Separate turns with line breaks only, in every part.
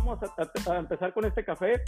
vamos a empezar con este café,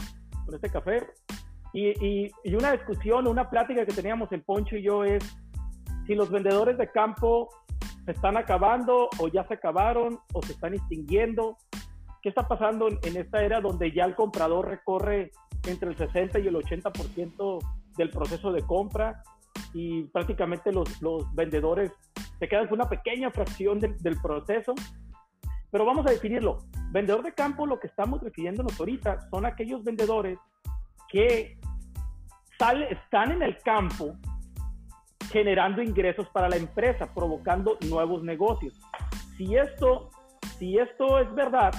y una discusión, una plática que teníamos el Poncho y yo es si los vendedores de campo se están acabando o ya se acabaron o se están extinguiendo. ¿Qué está pasando en esta era donde ya el comprador recorre entre el 60 y el 80% del proceso de compra y prácticamente los vendedores se quedan con una pequeña fracción del proceso? Pero vamos a definirlo. Vendedor de campo, lo que estamos refiriéndonos ahorita son aquellos vendedores que están en el campo generando ingresos para la empresa, provocando nuevos negocios. Si esto es verdad,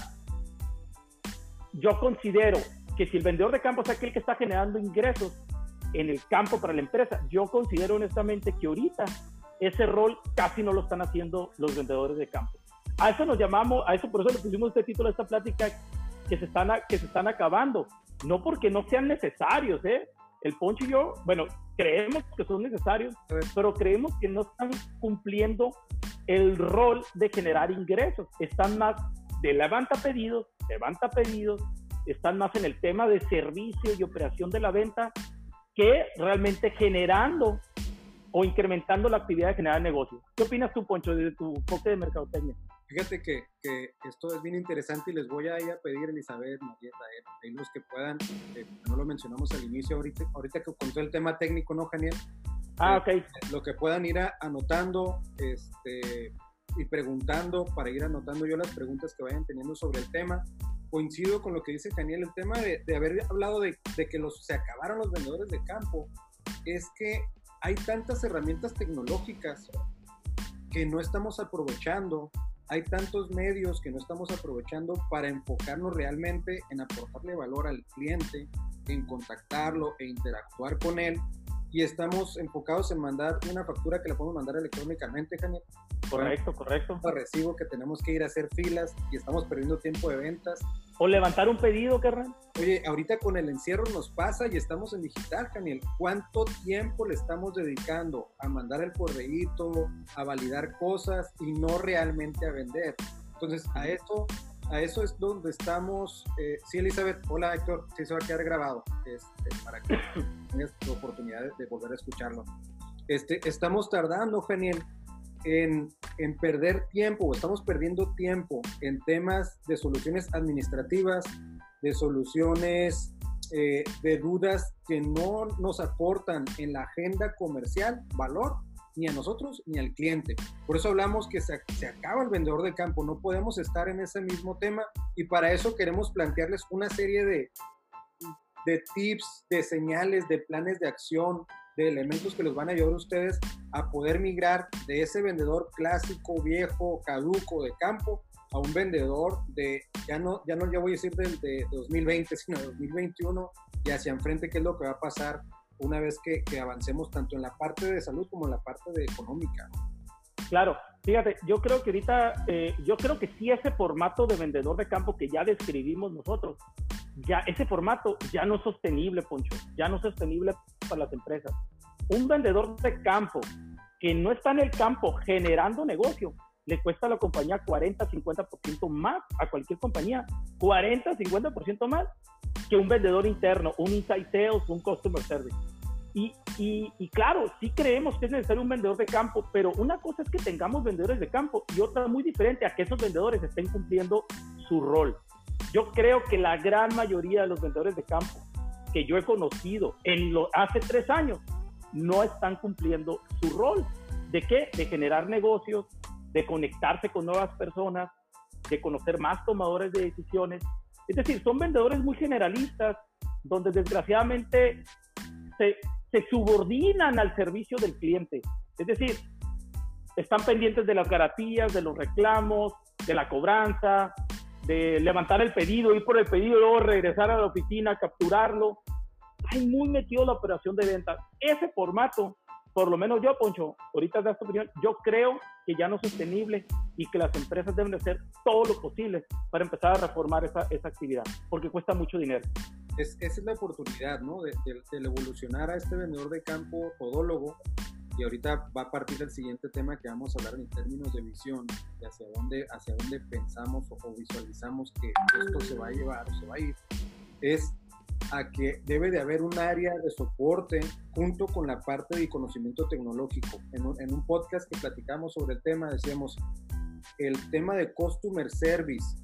yo considero que si el vendedor de campo es aquel que está generando ingresos en el campo para la empresa, yo considero honestamente que ahorita ese rol casi no lo están haciendo los vendedores de campo. A eso nos llamamos, por eso le pusimos este título a esta plática, que se están acabando. No porque no sean necesarios, El Poncho y yo, bueno, creemos que son necesarios, pero creemos que no están cumpliendo el rol de generar ingresos. Están más de levanta pedidos, están más en el tema de servicio y operación de la venta que realmente generando o incrementando la actividad de generar negocios. ¿Qué opinas tú, Poncho, desde tu enfoque de mercadotecnia?
Fíjate que esto es bien interesante y les voy a ir a pedir, Elizabeth, Marieta, ahí los que puedan, no lo mencionamos al inicio, ahorita que contó el tema técnico, ¿no, Janiel?
Ok.
Lo que puedan ir anotando y preguntando, para ir anotando yo las preguntas que vayan teniendo sobre el tema. Coincido con lo que dice Janiel, el tema de haber hablado de que se acabaron los vendedores de campo, es que hay tantas herramientas tecnológicas que no estamos aprovechando, hay tantos medios que no estamos aprovechando para enfocarnos realmente en aportarle valor al cliente, en contactarlo e interactuar con él, y estamos enfocados en mandar una factura que la podemos mandar electrónicamente, Janiel.
Correcto.
Un recibo que tenemos que ir a hacer filas y estamos perdiendo tiempo de ventas.
O levantar un pedido, carnal.
Oye, ahorita con el encierro nos pasa y estamos en digital, Janiel. ¿Cuánto tiempo le estamos dedicando a mandar el correíto, a validar cosas y no realmente a vender? Entonces, a eso es donde estamos. Sí, Elizabeth, hola, Héctor, sí se va a quedar grabado para que tengas la oportunidad de volver a escucharlo. Estamos tardando, Janiel, en perder tiempo, o estamos perdiendo tiempo en temas de soluciones administrativas, de soluciones de dudas que no nos aportan en la agenda comercial valor, ni a nosotros ni al cliente. Por eso hablamos que se acaba el vendedor de campo, no podemos estar en ese mismo tema, y para eso queremos plantearles una serie de tips, de señales, de planes de acción, de elementos que los van a ayudar a ustedes a poder migrar de ese vendedor clásico, viejo, caduco de campo a un vendedor ya voy a decir de 2020, sino de 2021 y hacia enfrente, qué es lo que va a pasar una vez que avancemos tanto en la parte de salud como en la parte de económica.
Claro, fíjate, yo creo que ahorita, sí, ese formato de vendedor de campo que ya describimos nosotros, ya ese formato ya no es sostenible, Poncho, ya no es sostenible para las empresas. Un vendedor de campo que no está en el campo generando negocio, le cuesta a la compañía 40-50% más, a cualquier compañía, 40-50% más que un vendedor interno, un inside sales, un customer service. Y claro, sí creemos que es necesario un vendedor de campo, pero una cosa es que tengamos vendedores de campo y otra muy diferente a que esos vendedores estén cumpliendo su rol. Yo creo que la gran mayoría de los vendedores de campo que yo he conocido hace 3 años no están cumpliendo su rol. ¿De qué? De generar negocios, de conectarse con nuevas personas, de conocer más tomadores de decisiones. Es decir, son vendedores muy generalistas, donde desgraciadamente se subordinan al servicio del cliente. Es decir, están pendientes de las garantías, de los reclamos, de la cobranza, de levantar el pedido, ir por el pedido, luego regresar a la oficina, capturarlo. Hay muy metido la operación de ventas. Ese formato, por lo menos yo, Poncho, ahorita das tu opinión, yo creo que ya no es sostenible y que las empresas deben de hacer todo lo posible para empezar a reformar esa actividad, porque cuesta mucho dinero.
Esa es la oportunidad, ¿no? De evolucionar a este vendedor de campo todólogo y ahorita va a partir del siguiente tema que vamos a hablar en términos de visión, de hacia dónde pensamos o visualizamos que esto se va a llevar o se va a ir, es a que debe de haber un área de soporte junto con la parte de conocimiento tecnológico. En un podcast que platicamos sobre el tema, decíamos, el tema de Customer Service,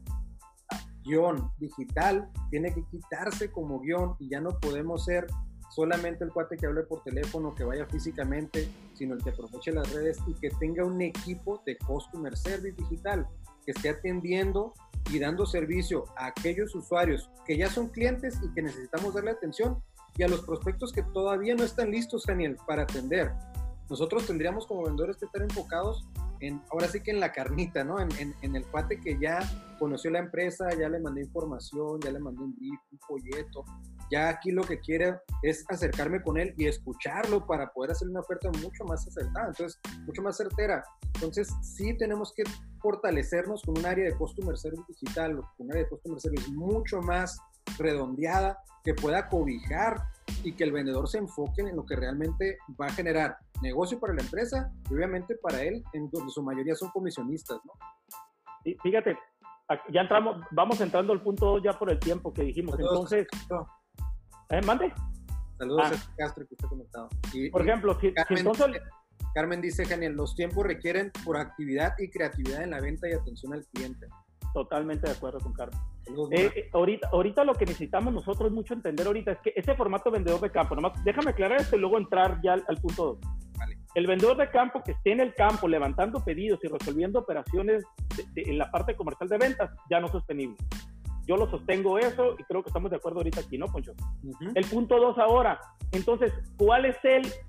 guión digital, tiene que quitarse como guión y ya no podemos ser solamente el cuate que hable por teléfono, que vaya físicamente, sino el que aproveche las redes y que tenga un equipo de Customer Service digital, que esté atendiendo y dando servicio a aquellos usuarios que ya son clientes y que necesitamos darle atención, y a los prospectos que todavía no están listos, Daniel, para atender. Nosotros tendríamos como vendedores que estar enfocados ahora sí que en la carnita, ¿no? En el cuate que ya conoció la empresa, ya le mandé información, ya le mandé un brief, un folleto. Ya aquí lo que quiero es acercarme con él y escucharlo para poder hacer una oferta mucho más acertada, entonces, mucho más certera. Entonces, sí tenemos que fortalecernos con un área de Customer Service digital, con un área de Customer Service mucho más redondeada, que pueda cobijar y que el vendedor se enfoque en lo que realmente va a generar negocio para la empresa y obviamente para él, en donde su mayoría son comisionistas, ¿no?
Y fíjate, ya vamos entrando al punto 2 ya por el tiempo que dijimos.
Saludos,
Entonces, ¿mande?
Saludos a Castro que está conectado.
Por ejemplo,
Carmen dice, genial, los tiempos requieren proactividad y creatividad en la venta y atención al cliente.
Totalmente de acuerdo con Carmen. Ahorita lo que necesitamos nosotros mucho entender ahorita es que ese formato vendedor de campo, nomás déjame aclarar esto y luego entrar ya al punto 2.
Vale.
El vendedor de campo que esté en el campo levantando pedidos y resolviendo operaciones en la parte comercial de ventas, ya no es sostenible. Yo lo sostengo eso y creo que estamos de acuerdo ahorita aquí, ¿no, Poncho? Uh-huh. El punto 2 ahora. Entonces, ¿cuál es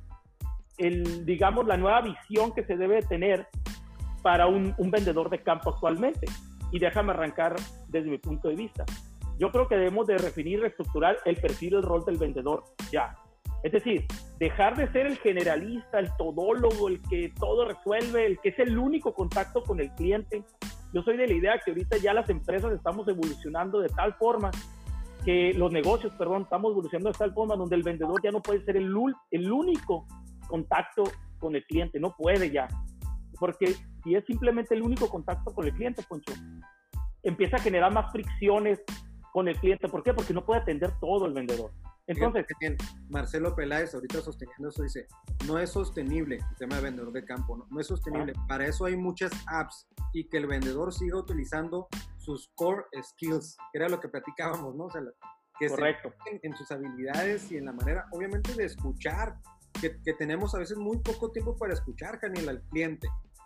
digamos, la nueva visión que se debe tener para un vendedor de campo actualmente? Y déjame arrancar desde mi punto de vista. Yo creo que debemos de definir y reestructurar el perfil y el rol del vendedor ya. Es decir, dejar de ser el generalista, el todólogo, el que todo resuelve, el que es el único contacto con el cliente. Yo soy de la idea que ahorita ya las empresas estamos evolucionando de tal forma que los negocios, estamos evolucionando de tal forma donde el vendedor ya no puede ser el único contacto con el cliente, no puede ya. Porque si es simplemente el único contacto con el cliente, Poncho, empieza a generar más fricciones con el cliente. ¿Por qué? Porque no puede atender todo el vendedor. Entonces,
Marcelo Peláez, ahorita sosteniendo eso, dice, no es sostenible el tema de vendedor de campo, no es sostenible. Para eso hay muchas apps y que el vendedor siga utilizando sus core skills, que era lo que platicábamos, ¿no? O sea, que
correcto.
Se enfoquen en sus habilidades y en la manera, obviamente, de escuchar, que tenemos a veces muy poco tiempo para escuchar, Daniel, al cliente.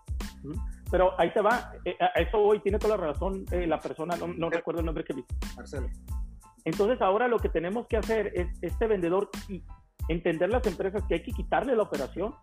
Pero ahí te va, a eso hoy tiene toda la razón la persona, no recuerdo el nombre que dice.
Marcelo.
Entonces ahora lo que tenemos que hacer es este vendedor y entender las empresas que hay que quitarle la operación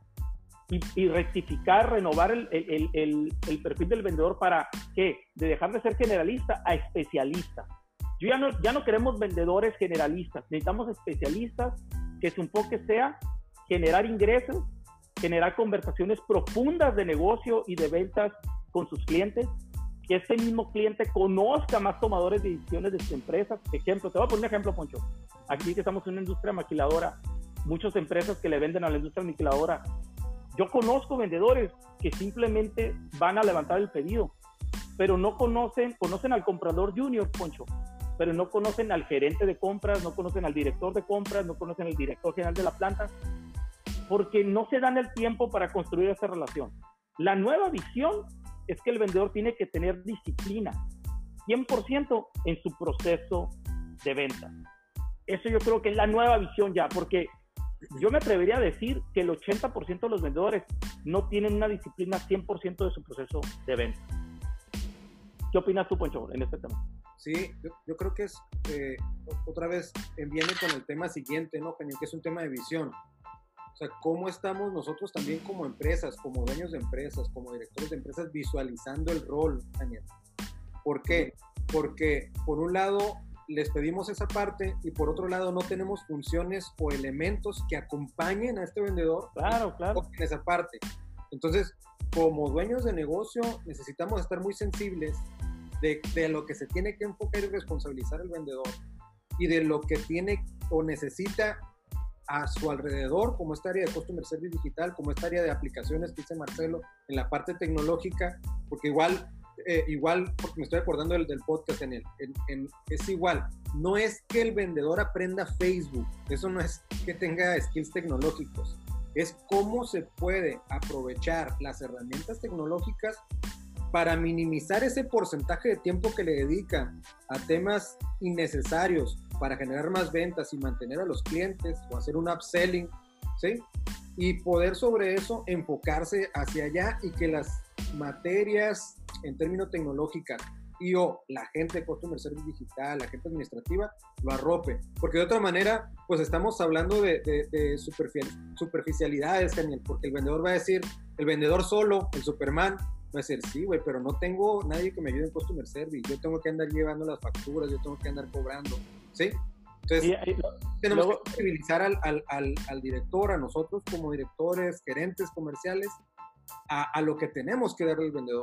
y rectificar, renovar el perfil del vendedor para ¿qué? De dejar de ser generalista a especialista. Ya no queremos vendedores generalistas, necesitamos especialistas que su enfoque sea generar ingresos, generar conversaciones profundas de negocio y de ventas con sus clientes, que ese mismo cliente conozca más tomadores de decisiones de su empresa. Ejemplo, te voy a poner un ejemplo, Poncho. Aquí que estamos en una industria maquiladora, muchas empresas que le venden a la industria maquiladora. Yo conozco vendedores que simplemente van a levantar el pedido, pero no conocen al comprador junior, Poncho, pero no conocen al gerente de compras, no conocen al director de compras, no conocen al director general de la planta, porque no se dan el tiempo para construir esa relación. La nueva visión es que el vendedor tiene que tener disciplina, 100% en su proceso de venta. Eso yo creo que es la nueva visión ya, porque yo me atrevería a decir que el 80% de los vendedores no tienen una disciplina 100% de su proceso de venta. ¿Qué opinas tú, Poncho, en este tema?
Sí, yo creo que es, otra vez, viene con el tema siguiente, ¿no, que es un tema de visión. O sea, cómo estamos nosotros también como empresas, como dueños de empresas, como directores de empresas, visualizando el rol, Daniel. ¿Por qué? Porque por un lado les pedimos esa parte y por otro lado no tenemos funciones o elementos que acompañen a este vendedor.
Claro.
En esa parte. Entonces, como dueños de negocio, necesitamos estar muy sensibles de lo que se tiene que enfocar y responsabilizar el vendedor y de lo que tiene o necesita a su alrededor, como esta área de Customer Service Digital, como esta área de aplicaciones que dice Marcelo, en la parte tecnológica, porque igual, porque me estoy acordando del podcast es igual, no es que el vendedor aprenda Facebook, eso no es que tenga skills tecnológicos, es cómo se puede aprovechar las herramientas tecnológicas para minimizar ese porcentaje de tiempo que le dedican a temas innecesarios para generar más ventas y mantener a los clientes o hacer un upselling, ¿sí? Y poder sobre eso enfocarse hacia allá y que las materias en términos tecnológicas la gente de Customer Service Digital, la gente administrativa, lo arrope. Porque de otra manera, pues estamos hablando de superficialidades, Daniel, porque el vendedor va a decir, el vendedor solo, el Superman, va a decir, sí, güey, pero no tengo nadie que me ayude en Customer Service, yo tengo que andar llevando las facturas, yo tengo que andar cobrando, ¿sí? Entonces, tenemos que sensibilizar al director, a nosotros como directores, gerentes comerciales, a lo que tenemos que darle al vendedor.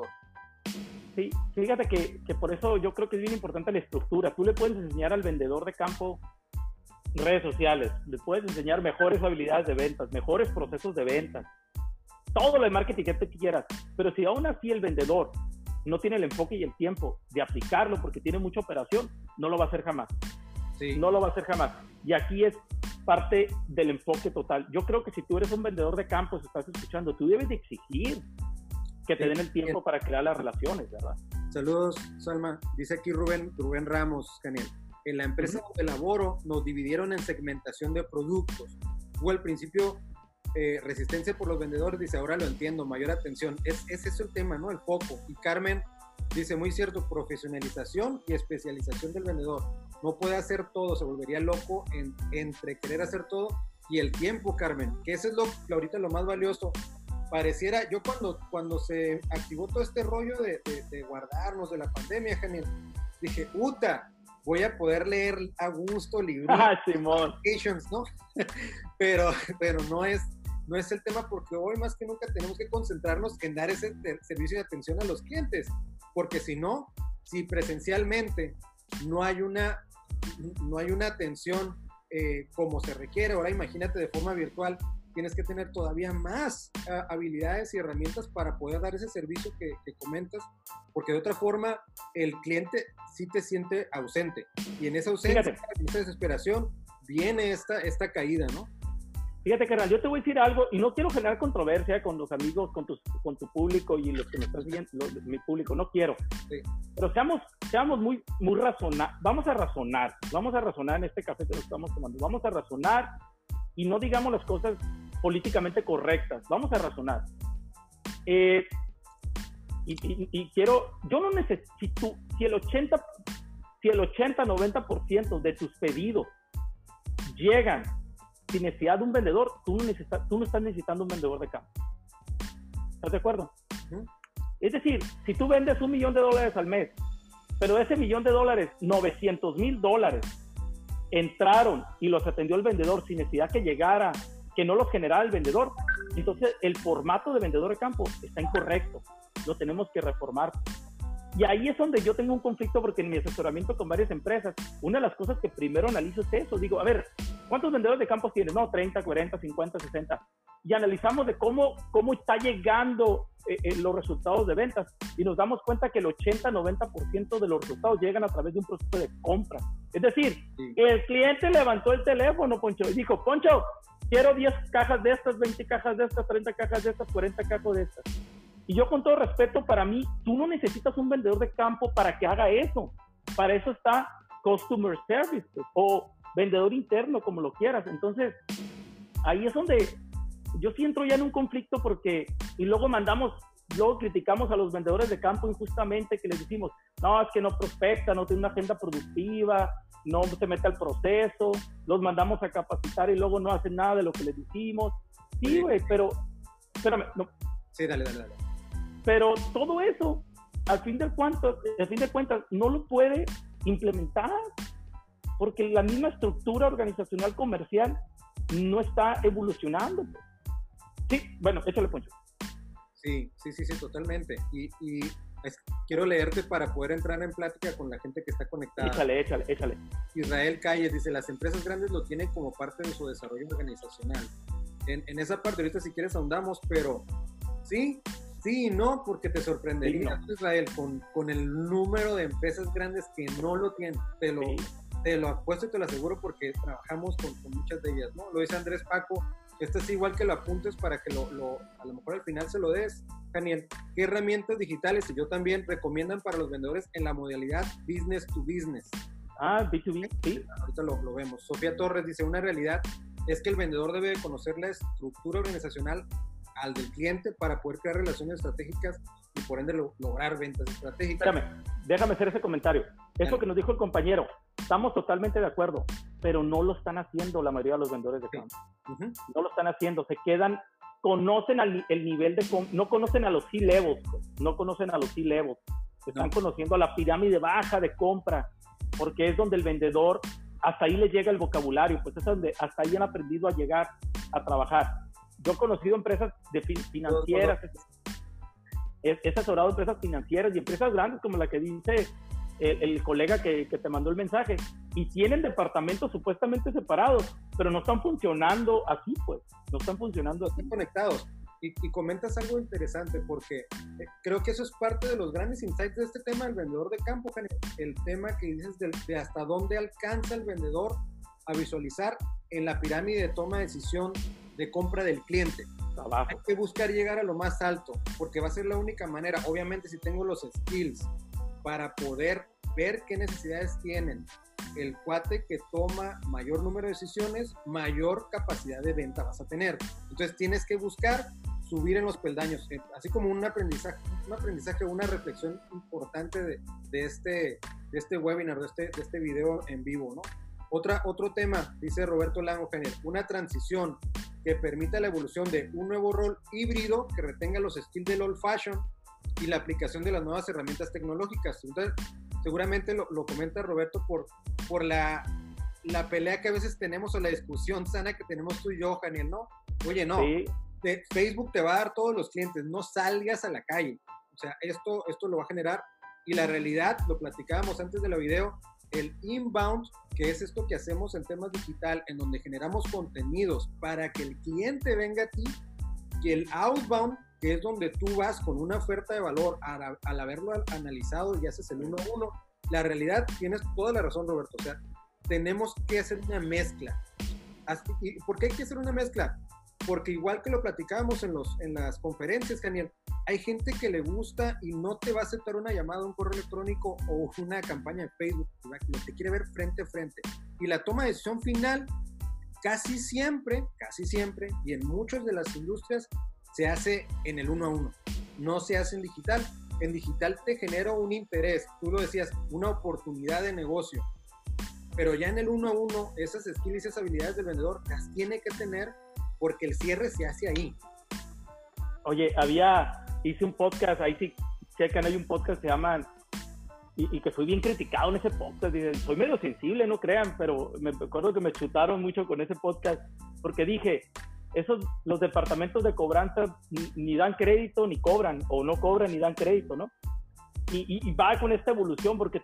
Sí, fíjate que por eso yo creo que es bien importante la estructura. Tú le puedes enseñar al vendedor de campo redes sociales, le puedes enseñar mejores habilidades de ventas, mejores procesos de ventas, todo lo de marketing que tú quieras, pero si aún así el vendedor no tiene el enfoque y el tiempo de aplicarlo porque tiene mucha operación, no lo va a hacer jamás. Sí. No lo va a hacer jamás. Y aquí es parte del enfoque total. Yo creo que si tú eres un vendedor de campo, si estás escuchando, tú debes de exigir que te den el tiempo para crear las relaciones, ¿verdad?
Saludos, Salma. Dice aquí Rubén Ramos, Daniel. En la empresa donde laboro nos dividieron en segmentación de productos. Hubo al principio resistencia por los vendedores, dice, ahora lo entiendo, mayor atención. Ese es el tema, ¿no? El foco. Y Carmen dice, muy cierto, profesionalización y especialización del vendedor. No puede hacer todo, se volvería loco entre querer hacer todo y el tiempo, Carmen, que eso es ahorita lo más valioso. Pareciera, yo cuando se activó todo este rollo de guardarnos de la pandemia, genial, dije, voy a poder leer a gusto libros,
Simón.
¿no? pero no es el tema, porque hoy más que nunca tenemos que concentrarnos en dar ese servicio de atención a los clientes, porque si presencialmente no hay una atención como se requiere, ahora imagínate de forma virtual, tienes que tener todavía más habilidades y herramientas para poder dar ese servicio que comentas, porque de otra forma el cliente sí te siente ausente, y en esa ausencia, en esa desesperación, viene esta caída, ¿no?
Fíjate, carnal, yo te voy a decir algo, y no quiero generar controversia con los amigos, con tu público y los que me estás viendo, mi público, no quiero. Sí. Pero seamos muy, muy razonables, vamos a razonar en este café que nos estamos tomando, vamos a razonar y no digamos las cosas políticamente correctas, vamos a razonar. Y quiero, yo no necesito, si el 80-90% de tus pedidos llegan sin necesidad de un vendedor, tú no estás necesitando un vendedor de campo. ¿Estás de acuerdo? Es decir, si tú vendes $1 millón al mes, pero de ese $1 millón, $900,000 entraron y los atendió el vendedor sin necesidad que llegara, que no los generara el vendedor, entonces el formato de vendedor de campo está incorrecto, lo tenemos que reformar. Y ahí es donde yo tengo un conflicto, porque en mi asesoramiento con varias empresas, una de las cosas que primero analizo es eso. Digo, a ver, ¿cuántos vendedores de campo tienes? No, 30, 40, 50, 60. Y analizamos de cómo está llegando los resultados de ventas, y nos damos cuenta que el 80-90% de los resultados llegan a través de un proceso de compra. Es decir, el cliente levantó el teléfono, Poncho, y dijo, Poncho, quiero 10 cajas de estas, 20 cajas de estas, 30 cajas de estas, 40 cajas de estas. Y yo, con todo respeto, para mí, tú no necesitas un vendedor de campo para que haga eso. Para eso está Customer Service, o vendedor interno, como lo quieras. Entonces, ahí es donde yo sí entro ya en un conflicto, y luego criticamos a los vendedores de campo injustamente, que les decimos, no, es que no prospecta, no tiene una agenda productiva, no se mete al proceso, los mandamos a capacitar y luego no hacen nada de lo que les decimos. Sí, güey, pero... Espérame, no.
Sí, dale.
Pero todo eso, al fin de cuentas, no lo puede implementar, porque la misma estructura organizacional comercial no está evolucionando. Sí, bueno, échale, Poncho.
Sí, totalmente. Y Quiero leerte para poder entrar en plática con la gente que está conectada.
Échale.
Israel Calles dice, las empresas grandes lo tienen como parte de su desarrollo organizacional. En esa parte, ahorita si quieres ahondamos, pero sí y no, porque te sorprendería, sí, Israel, con el número de empresas grandes que no lo tienen. Te lo apuesto y te lo aseguro porque trabajamos con muchas de ellas, ¿no? Lo dice Andrés Paco, esto es igual que lo apuntes para que a lo mejor al final se lo des. Daniel, ¿qué herramientas digitales y yo también recomiendan para los vendedores en la modalidad business to business?
B2B, sí.
Ahorita lo vemos. Sofía Torres dice, una realidad es que el vendedor debe conocer la estructura organizacional al del cliente para poder crear relaciones estratégicas y por ende lograr ventas estratégicas.
Déjame hacer ese comentario. Eso que nos dijo el compañero, estamos totalmente de acuerdo, pero no lo están haciendo la mayoría de los vendedores de campo. Uh-huh. No lo están haciendo, se quedan, conocen el nivel no conocen a los C-levels, no conocen a los C-levels, están conociendo a la pirámide baja de compra, porque es donde el vendedor, hasta ahí le llega el vocabulario, pues es donde hasta ahí han aprendido a llegar a trabajar. Yo he conocido empresas financieras, he asesorado empresas financieras y empresas grandes como la que dice el colega que te mandó el mensaje, y tienen departamentos supuestamente separados, pero no están funcionando así, pues, no están funcionando así.
Están conectados. Y comentas algo interesante, porque creo que eso es parte de los grandes insights de este tema del vendedor de campo, el tema que dices de hasta dónde alcanza el vendedor a visualizar en la pirámide de toma de decisión de compra del cliente.
Trabajo.
Hay que buscar llegar a lo más alto, porque va a ser la única manera, obviamente si tengo los skills para poder ver qué necesidades tienen el cuate que toma mayor número de decisiones, mayor capacidad de venta vas a tener. Entonces tienes que buscar subir en los peldaños, así como un aprendizaje, una reflexión importante de este webinar, de este video en vivo, ¿no? Otro tema, dice Roberto Lango, una transición que permita la evolución de un nuevo rol híbrido que retenga los skills del old fashion y la aplicación de las nuevas herramientas tecnológicas. Entonces, seguramente lo comenta Roberto por la pelea que a veces tenemos o la discusión sana que tenemos tú y yo, Daniel, ¿no? Oye, no, sí. Facebook te va a dar todos los clientes, no salgas a la calle. O sea, esto lo va a generar, y la realidad, lo platicábamos antes de la video, el inbound, que es esto que hacemos en temas digital, en donde generamos contenidos para que el cliente venga a ti, y el outbound, que es donde tú vas con una oferta de valor al haberlo analizado y haces el 1-1. La realidad, tienes toda la razón, Roberto, o sea, tenemos que hacer una mezcla. ¿Y por qué hay que hacer una mezcla? Porque igual que lo platicábamos en las conferencias, Daniel, hay gente que le gusta y no te va a aceptar una llamada, un correo electrónico o una campaña de Facebook, lo te quiere ver frente a frente. Y la toma de decisión final, casi siempre, y en muchas de las industrias, se hace en el 1-1, no se hace en digital. En digital te genera un interés, tú lo decías, una oportunidad de negocio, pero ya en el 1-1, esas skills y esas habilidades del vendedor las tiene que tener, porque el cierre se hace ahí.
Oye, hice un podcast, ahí sí, checan, hay un podcast que se llama, y que fui bien criticado en ese podcast, dicen, soy medio sensible, no crean, pero me acuerdo que me chutaron mucho con ese podcast, porque dije, los departamentos de cobranza ni dan crédito ni cobran, o no cobran ni dan crédito, ¿no? Y va con esta evolución, porque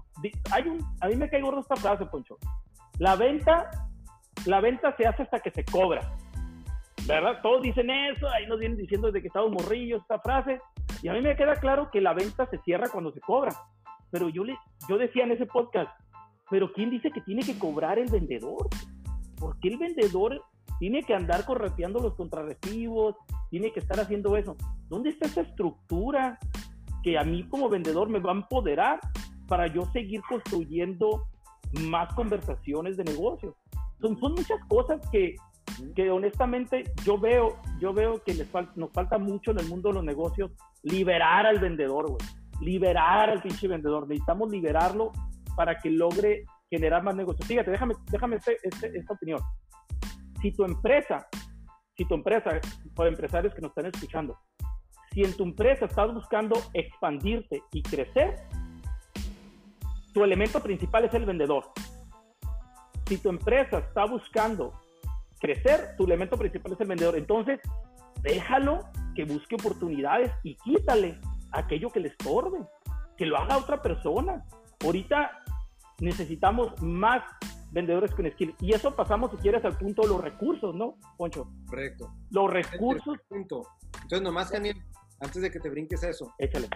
a mí me cae gordo esta frase, Poncho, la venta se hace hasta que se cobra, ¿verdad? Todos dicen eso, ahí nos vienen diciendo desde que estamos morrillos esta frase, y a mí me queda claro que la venta se cierra cuando se cobra, pero yo decía en ese podcast, pero ¿quién dice que tiene que cobrar el vendedor? ¿Por qué el vendedor tiene que andar correteando los contrarrecibos? Tiene que estar haciendo eso. ¿Dónde está esa estructura que a mí como vendedor me va a empoderar para yo seguir construyendo más conversaciones de negocio? Son muchas cosas que honestamente yo veo que nos falta mucho en el mundo de los negocios liberar al vendedor, güey. Liberar al pinche vendedor. Necesitamos liberarlo para que logre generar más negocios. Fíjate, déjame esta opinión. Si tu empresa, por empresarios que nos están escuchando, si en tu empresa estás buscando expandirte y crecer, tu elemento principal es el vendedor. Si tu empresa está buscando crecer, tu elemento principal es el vendedor. Entonces, déjalo que busque oportunidades y quítale aquello que le estorbe, que lo haga otra persona. Ahorita necesitamos más vendedores con skill. Y eso pasamos, si quieres, al punto de los recursos, ¿no, Poncho?
Correcto.
Los recursos.
Entonces, nomás, Daniel, antes de que te brinques eso,
Échale.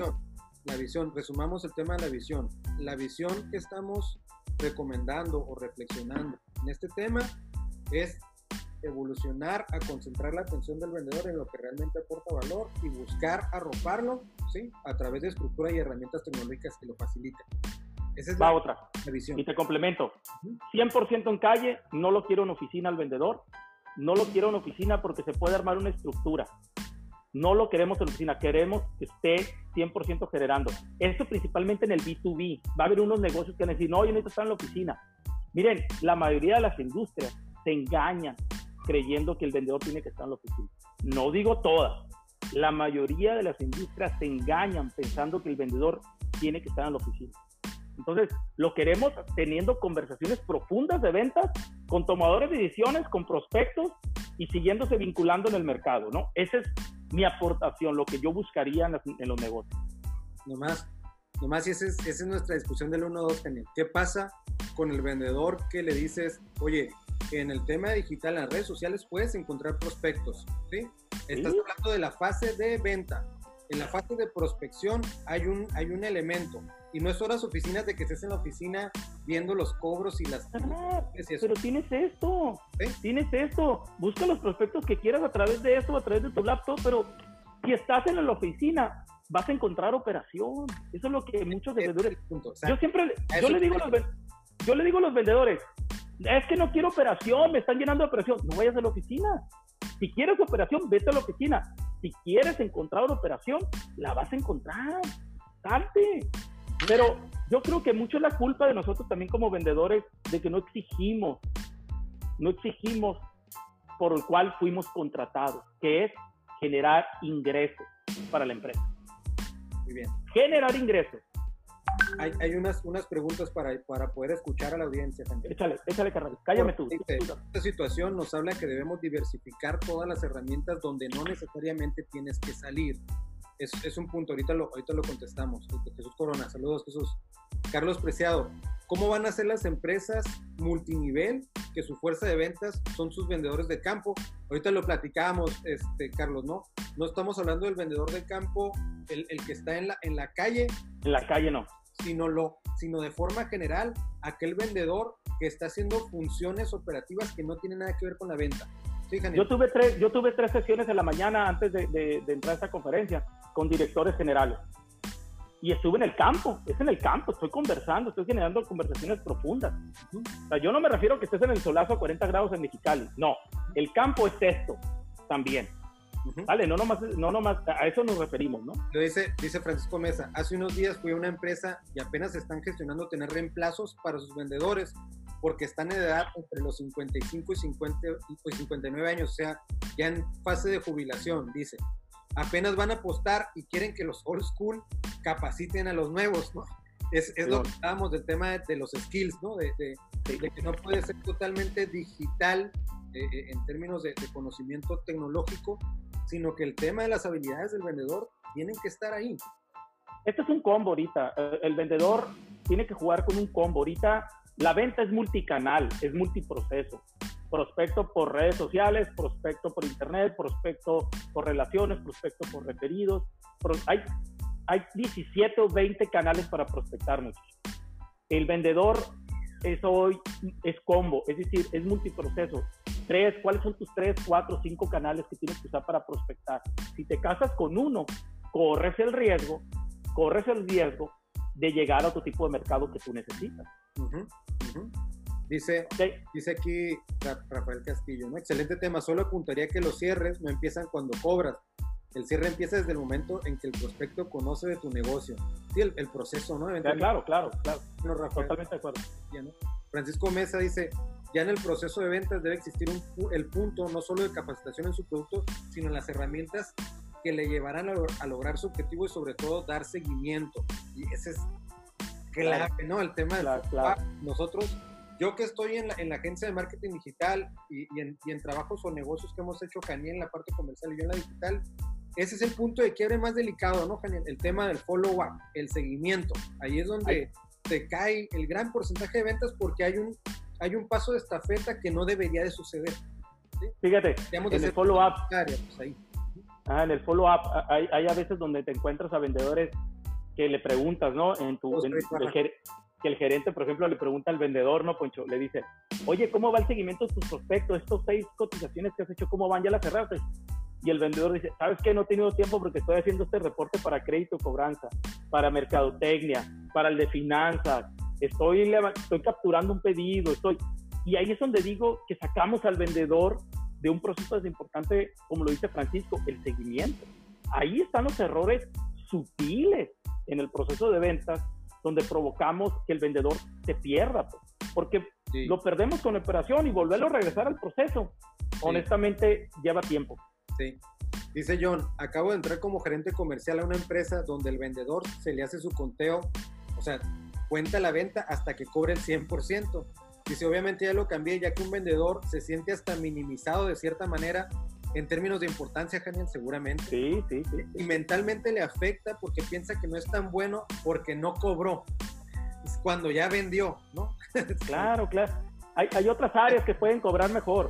La visión, resumamos el tema de la visión. La visión que estamos recomendando o reflexionando en este tema es evolucionar a concentrar la atención del vendedor en lo que realmente aporta valor y buscar arroparlo, ¿sí?, a través de estructura y herramientas tecnológicas que lo faciliten. Esa es
otra.
La visión.
Y te complemento. 100% en calle, no lo quiero en oficina al vendedor. No lo quiero en oficina porque se puede armar una estructura. No lo queremos en oficina, queremos que esté 100% generando. Esto principalmente en el B2B. Va a haber unos negocios que van a decir, no, yo necesito estar en la oficina. Miren, la mayoría de las industrias se engañan creyendo que el vendedor tiene que estar en la oficina. No digo todas. La mayoría de las industrias se engañan pensando que el vendedor tiene que estar en la oficina. Entonces, lo queremos teniendo conversaciones profundas de ventas con tomadores de decisiones, con prospectos y siguiéndose vinculando en el mercado, ¿no? Esa es mi aportación, lo que yo buscaría en los negocios.
Nomás y esa es nuestra discusión del 1-2, Daniel. ¿Qué pasa con el vendedor que le dices, oye, en el tema digital, en las redes sociales puedes encontrar prospectos, ¿sí? Estás hablando de la fase de venta. En la fase de prospección hay un elemento. Y no es horas oficinas de que estés en la oficina viendo los cobros y las...
Pero tienes esto,
¿sí?
Tienes esto. Busca los prospectos que quieras a través de esto, a través de tu laptop, pero si estás en la oficina, vas a encontrar operación. Eso es lo que muchos vendedores... Yo le digo a los vendedores, es que no quiero operación, me están llenando de operación. No vayas a la oficina. Si quieres operación, vete a la oficina. Si quieres encontrar una operación, la vas a encontrar. Salte. Pero yo creo que mucho es la culpa de nosotros también como vendedores de que no exigimos por el cual fuimos contratados, que es generar ingresos para la empresa.
Muy bien.
Generar ingresos.
Hay unas preguntas para poder escuchar a la audiencia también.
Échale, Carlos. Cállame tú.
Esta situación nos habla que debemos diversificar todas las herramientas donde no necesariamente tienes que salir. Es un punto, ahorita lo contestamos. Jesús Corona, saludos Jesús. Carlos Preciado, ¿cómo van a ser las empresas multinivel que su fuerza de ventas son sus vendedores de campo? Ahorita lo platicábamos, Carlos, ¿no? No estamos hablando del vendedor de campo, el que está en la calle. En la calle no. Sino de forma general, aquel vendedor que está haciendo funciones operativas que no tienen nada que ver con la venta. Sí,
yo tuve tres sesiones en la mañana antes de entrar a esta conferencia con directores generales. Y estuve en el campo, estoy conversando, estoy generando conversaciones profundas. O sea, yo no me refiero a que estés en el solazo a 40 grados en Mexicali, no. El campo es esto también. Vale, no nomás a eso nos referimos, ¿no?
Lo dice Francisco Mesa, hace unos días fui a una empresa y apenas están gestionando tener reemplazos para sus vendedores porque están en edad entre los 55 y 59 años, o sea, ya en fase de jubilación, dice. Apenas van a apostar y quieren que los old school capaciten a los nuevos, ¿no? Es lo que hablábamos del tema de los skills, ¿no? De que no puede ser totalmente digital en términos de conocimiento tecnológico, sino que el tema de las habilidades del vendedor tienen que estar ahí.
Esto es un combo ahorita. El vendedor tiene que jugar con un combo. Ahorita la venta es multicanal, es multiproceso. Prospecto por redes sociales, prospecto por internet, prospecto por relaciones, prospecto por referidos. Hay 17 o 20 canales para prospectar, muchachos. El vendedor hoy es combo, es decir, es multiproceso. ¿Cuáles son tus 3, 4, 5 canales que tienes que usar para prospectar? Si te casas con uno, corres el riesgo de llegar a otro tipo de mercado que tú necesitas.
Dice aquí Rafael Castillo, ¿no? Excelente tema, solo apuntaría que los cierres no empiezan cuando cobras. El cierre empieza desde el momento en que el prospecto conoce de tu negocio. Sí, el proceso, ¿no?
Claro.
No, Rafael,
totalmente de acuerdo.
¿no? Francisco Mesa dice, ya en el proceso de ventas debe existir el punto no solo de capacitación en su producto, sino en las herramientas que le llevarán a lograr su objetivo y sobre todo dar seguimiento. Y ese es clave, ¿no? El tema de nosotros, yo que estoy en la agencia de marketing digital y en trabajos o negocios que hemos hecho, Janiel en la parte comercial y yo en la digital, ese es el punto de quiebre más delicado, ¿no, Janiel? El tema del follow-up, el seguimiento. Ahí es donde te cae el gran porcentaje de ventas porque hay un paso de estafeta que no debería de suceder. ¿Sí?
Fíjate, en el follow-up,
pues ahí.
En el follow-up hay a veces donde te encuentras a vendedores que le preguntas, ¿no? Que el gerente, por ejemplo, le pregunta al vendedor, ¿no, Poncho? Le dice, oye, ¿cómo va el seguimiento de tus prospectos? Estos 6 cotizaciones que has hecho, ¿cómo van? ¿Ya las cerraste? Y el vendedor dice, ¿sabes qué? No he tenido tiempo porque estoy haciendo este reporte para crédito, cobranza, para mercadotecnia, para el de finanzas, estoy capturando un pedido, Y ahí es donde digo que sacamos al vendedor de un proceso importante, como lo dice Francisco, el seguimiento. Ahí están los errores sutiles en el proceso de ventas, donde provocamos que el vendedor se pierda, porque lo perdemos con la operación y volverlo a regresar al proceso, honestamente, lleva tiempo.
Sí. Dice John, acabo de entrar como gerente comercial a una empresa donde el vendedor se le hace su conteo, o sea, cuenta la venta hasta que cobre el 100%. Dice, obviamente ya lo cambié, ya que un vendedor se siente hasta minimizado de cierta manera en términos de importancia, Janiel, seguramente.
Sí.
Y mentalmente le afecta porque piensa que no es tan bueno porque no cobró. Es cuando ya vendió, ¿no?
Claro. Hay otras áreas que pueden cobrar mejor.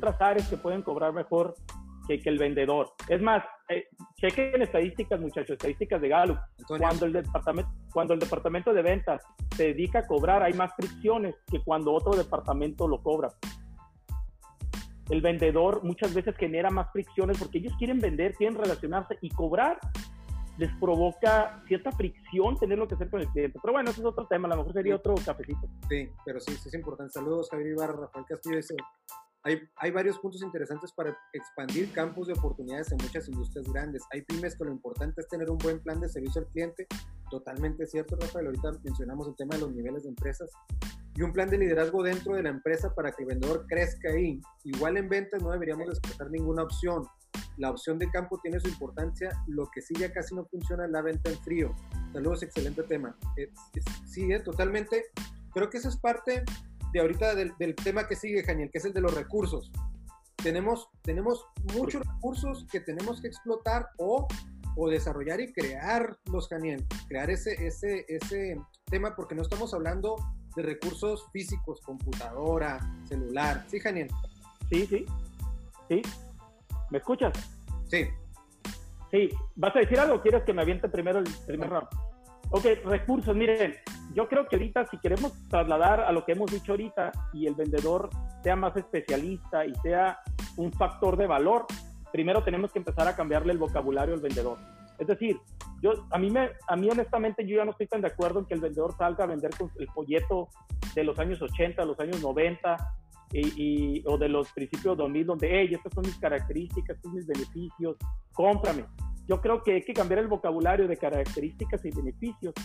Que el vendedor. Es más, chequen estadísticas, muchachos, estadísticas de Gallup. Cuando el departamento de ventas se dedica a cobrar, hay más fricciones que cuando otro departamento lo cobra. El vendedor muchas veces genera más fricciones porque ellos quieren vender, quieren relacionarse, y cobrar les provoca cierta fricción tenerlo que hacer con el cliente. Pero bueno, ese es otro tema, a lo mejor sería otro cafecito.
Sí, pero sí es importante. Saludos, Javier Ibarra, Rafael Castillo. Hay varios puntos interesantes para expandir campos de oportunidades en muchas industrias grandes. Hay pymes que lo importante es tener un buen plan de servicio al cliente. Totalmente cierto, Rafael. Ahorita mencionamos el tema de los niveles de empresas. Y un plan de liderazgo dentro de la empresa para que el vendedor crezca ahí. Igual en ventas no deberíamos descartar ninguna opción. La opción de campo tiene su importancia. Lo que sí ya casi no funciona es la venta en frío. Saludos, excelente tema. Sí, totalmente. Creo que eso es parte de ahorita del tema que sigue, Janiel, que es el de los recursos. Tenemos muchos recursos que tenemos que explotar o desarrollar y crearlos, Janiel. Crear ese tema, porque no estamos hablando de recursos físicos, computadora, celular. ¿Sí, Janiel?
Sí. ¿Me escuchas?
Sí.
Sí. ¿Vas a decir algo o quieres que me aviente primero el primer round? Ok, recursos. Miren, yo creo que ahorita si queremos trasladar a lo que hemos dicho ahorita y el vendedor sea más especialista y sea un factor de valor, primero tenemos que empezar a cambiarle el vocabulario al vendedor. Es decir, a mí honestamente yo ya no estoy tan de acuerdo en que el vendedor salga a vender con el folleto de los años 80, los años 90 o de los principios 2000, donde, hey, estas son mis características, estos son mis beneficios, cómprame. Yo creo que hay que cambiar el vocabulario de características y beneficios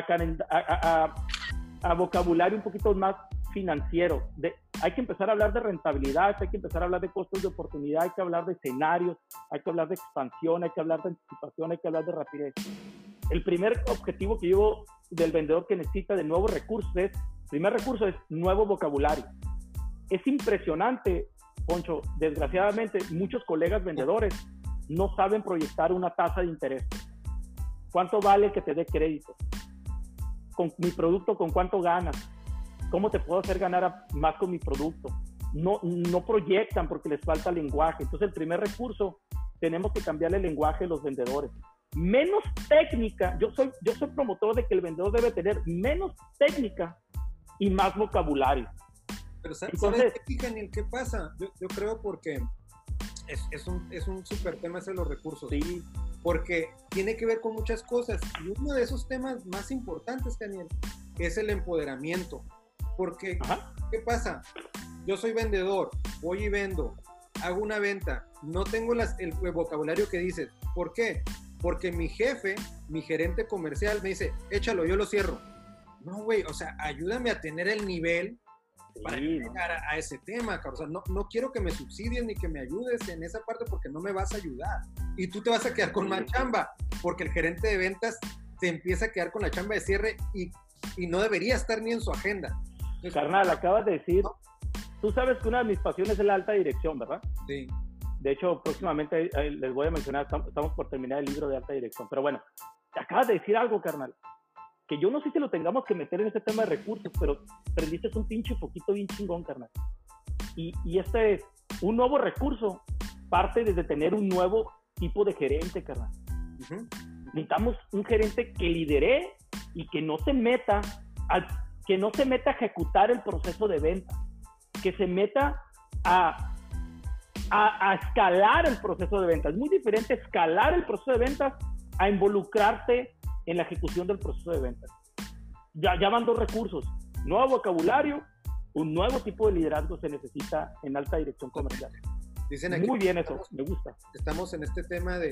a vocabulario un poquito más financiero. Hay que empezar a hablar de rentabilidad, hay que empezar a hablar de costos de oportunidad, hay que hablar de escenarios, hay que hablar de expansión, hay que hablar de anticipación, hay que hablar de rapidez. El primer objetivo que yo del vendedor que necesita de nuevos recursos primer recurso es nuevo vocabulario. Es impresionante, Poncho, desgraciadamente muchos colegas vendedores no saben proyectar una tasa de interés. ¿Cuánto vale que te dé crédito? Con mi producto, ¿con cuánto ganas? ¿Cómo te puedo hacer ganar más con mi producto? No proyectan porque les falta lenguaje. Entonces, el primer recurso, tenemos que cambiarle el lenguaje a los vendedores. Menos técnica. Yo soy promotor de que el vendedor debe tener menos técnica y más vocabulario.
Pero ¿sabes qué, Daniel? ¿Qué pasa? Yo creo porque es un súper tema ese de los recursos.
Sí.
Porque tiene que ver con muchas cosas. Y uno de esos temas más importantes, Daniel, es el empoderamiento. Porque, ¿qué pasa? Yo soy vendedor, voy y vendo, hago una venta, no tengo el vocabulario que dices. ¿Por qué? Porque mi jefe, mi gerente comercial me dice, échalo, yo lo cierro. No, güey, o sea, ayúdame a tener el nivel para llegar a ese tema, o sea, no quiero que me subsidies ni que me ayudes en esa parte porque no me vas a ayudar. Y tú te vas a quedar con más chamba, porque el gerente de ventas te empieza a quedar con la chamba de cierre y no debería estar ni en su agenda. Entonces,
carnal, acabas de decir, ¿no? Tú sabes que una de mis pasiones es la alta dirección, ¿verdad?
Sí.
De hecho, próximamente les voy a mencionar, estamos por terminar el libro de alta dirección. Pero bueno, te acabas de decir algo, carnal, que yo no sé si lo tengamos que meter en este tema de recursos, pero prendiste un pinche foquito bien chingón, carnal. Y este es un nuevo recurso, parte desde tener un nuevo tipo de gerente, carnal. Necesitamos un gerente que lidere y que no se meta a ejecutar el proceso de venta, que se meta a escalar el proceso de venta. Es muy diferente escalar el proceso de ventas a involucrarte en la ejecución del proceso de ventas. Ya van dos recursos: nuevo vocabulario, un nuevo tipo de liderazgo se necesita en alta dirección comercial.
Dicen aquí,
muy bien, eso, me gusta.
Estamos en este tema de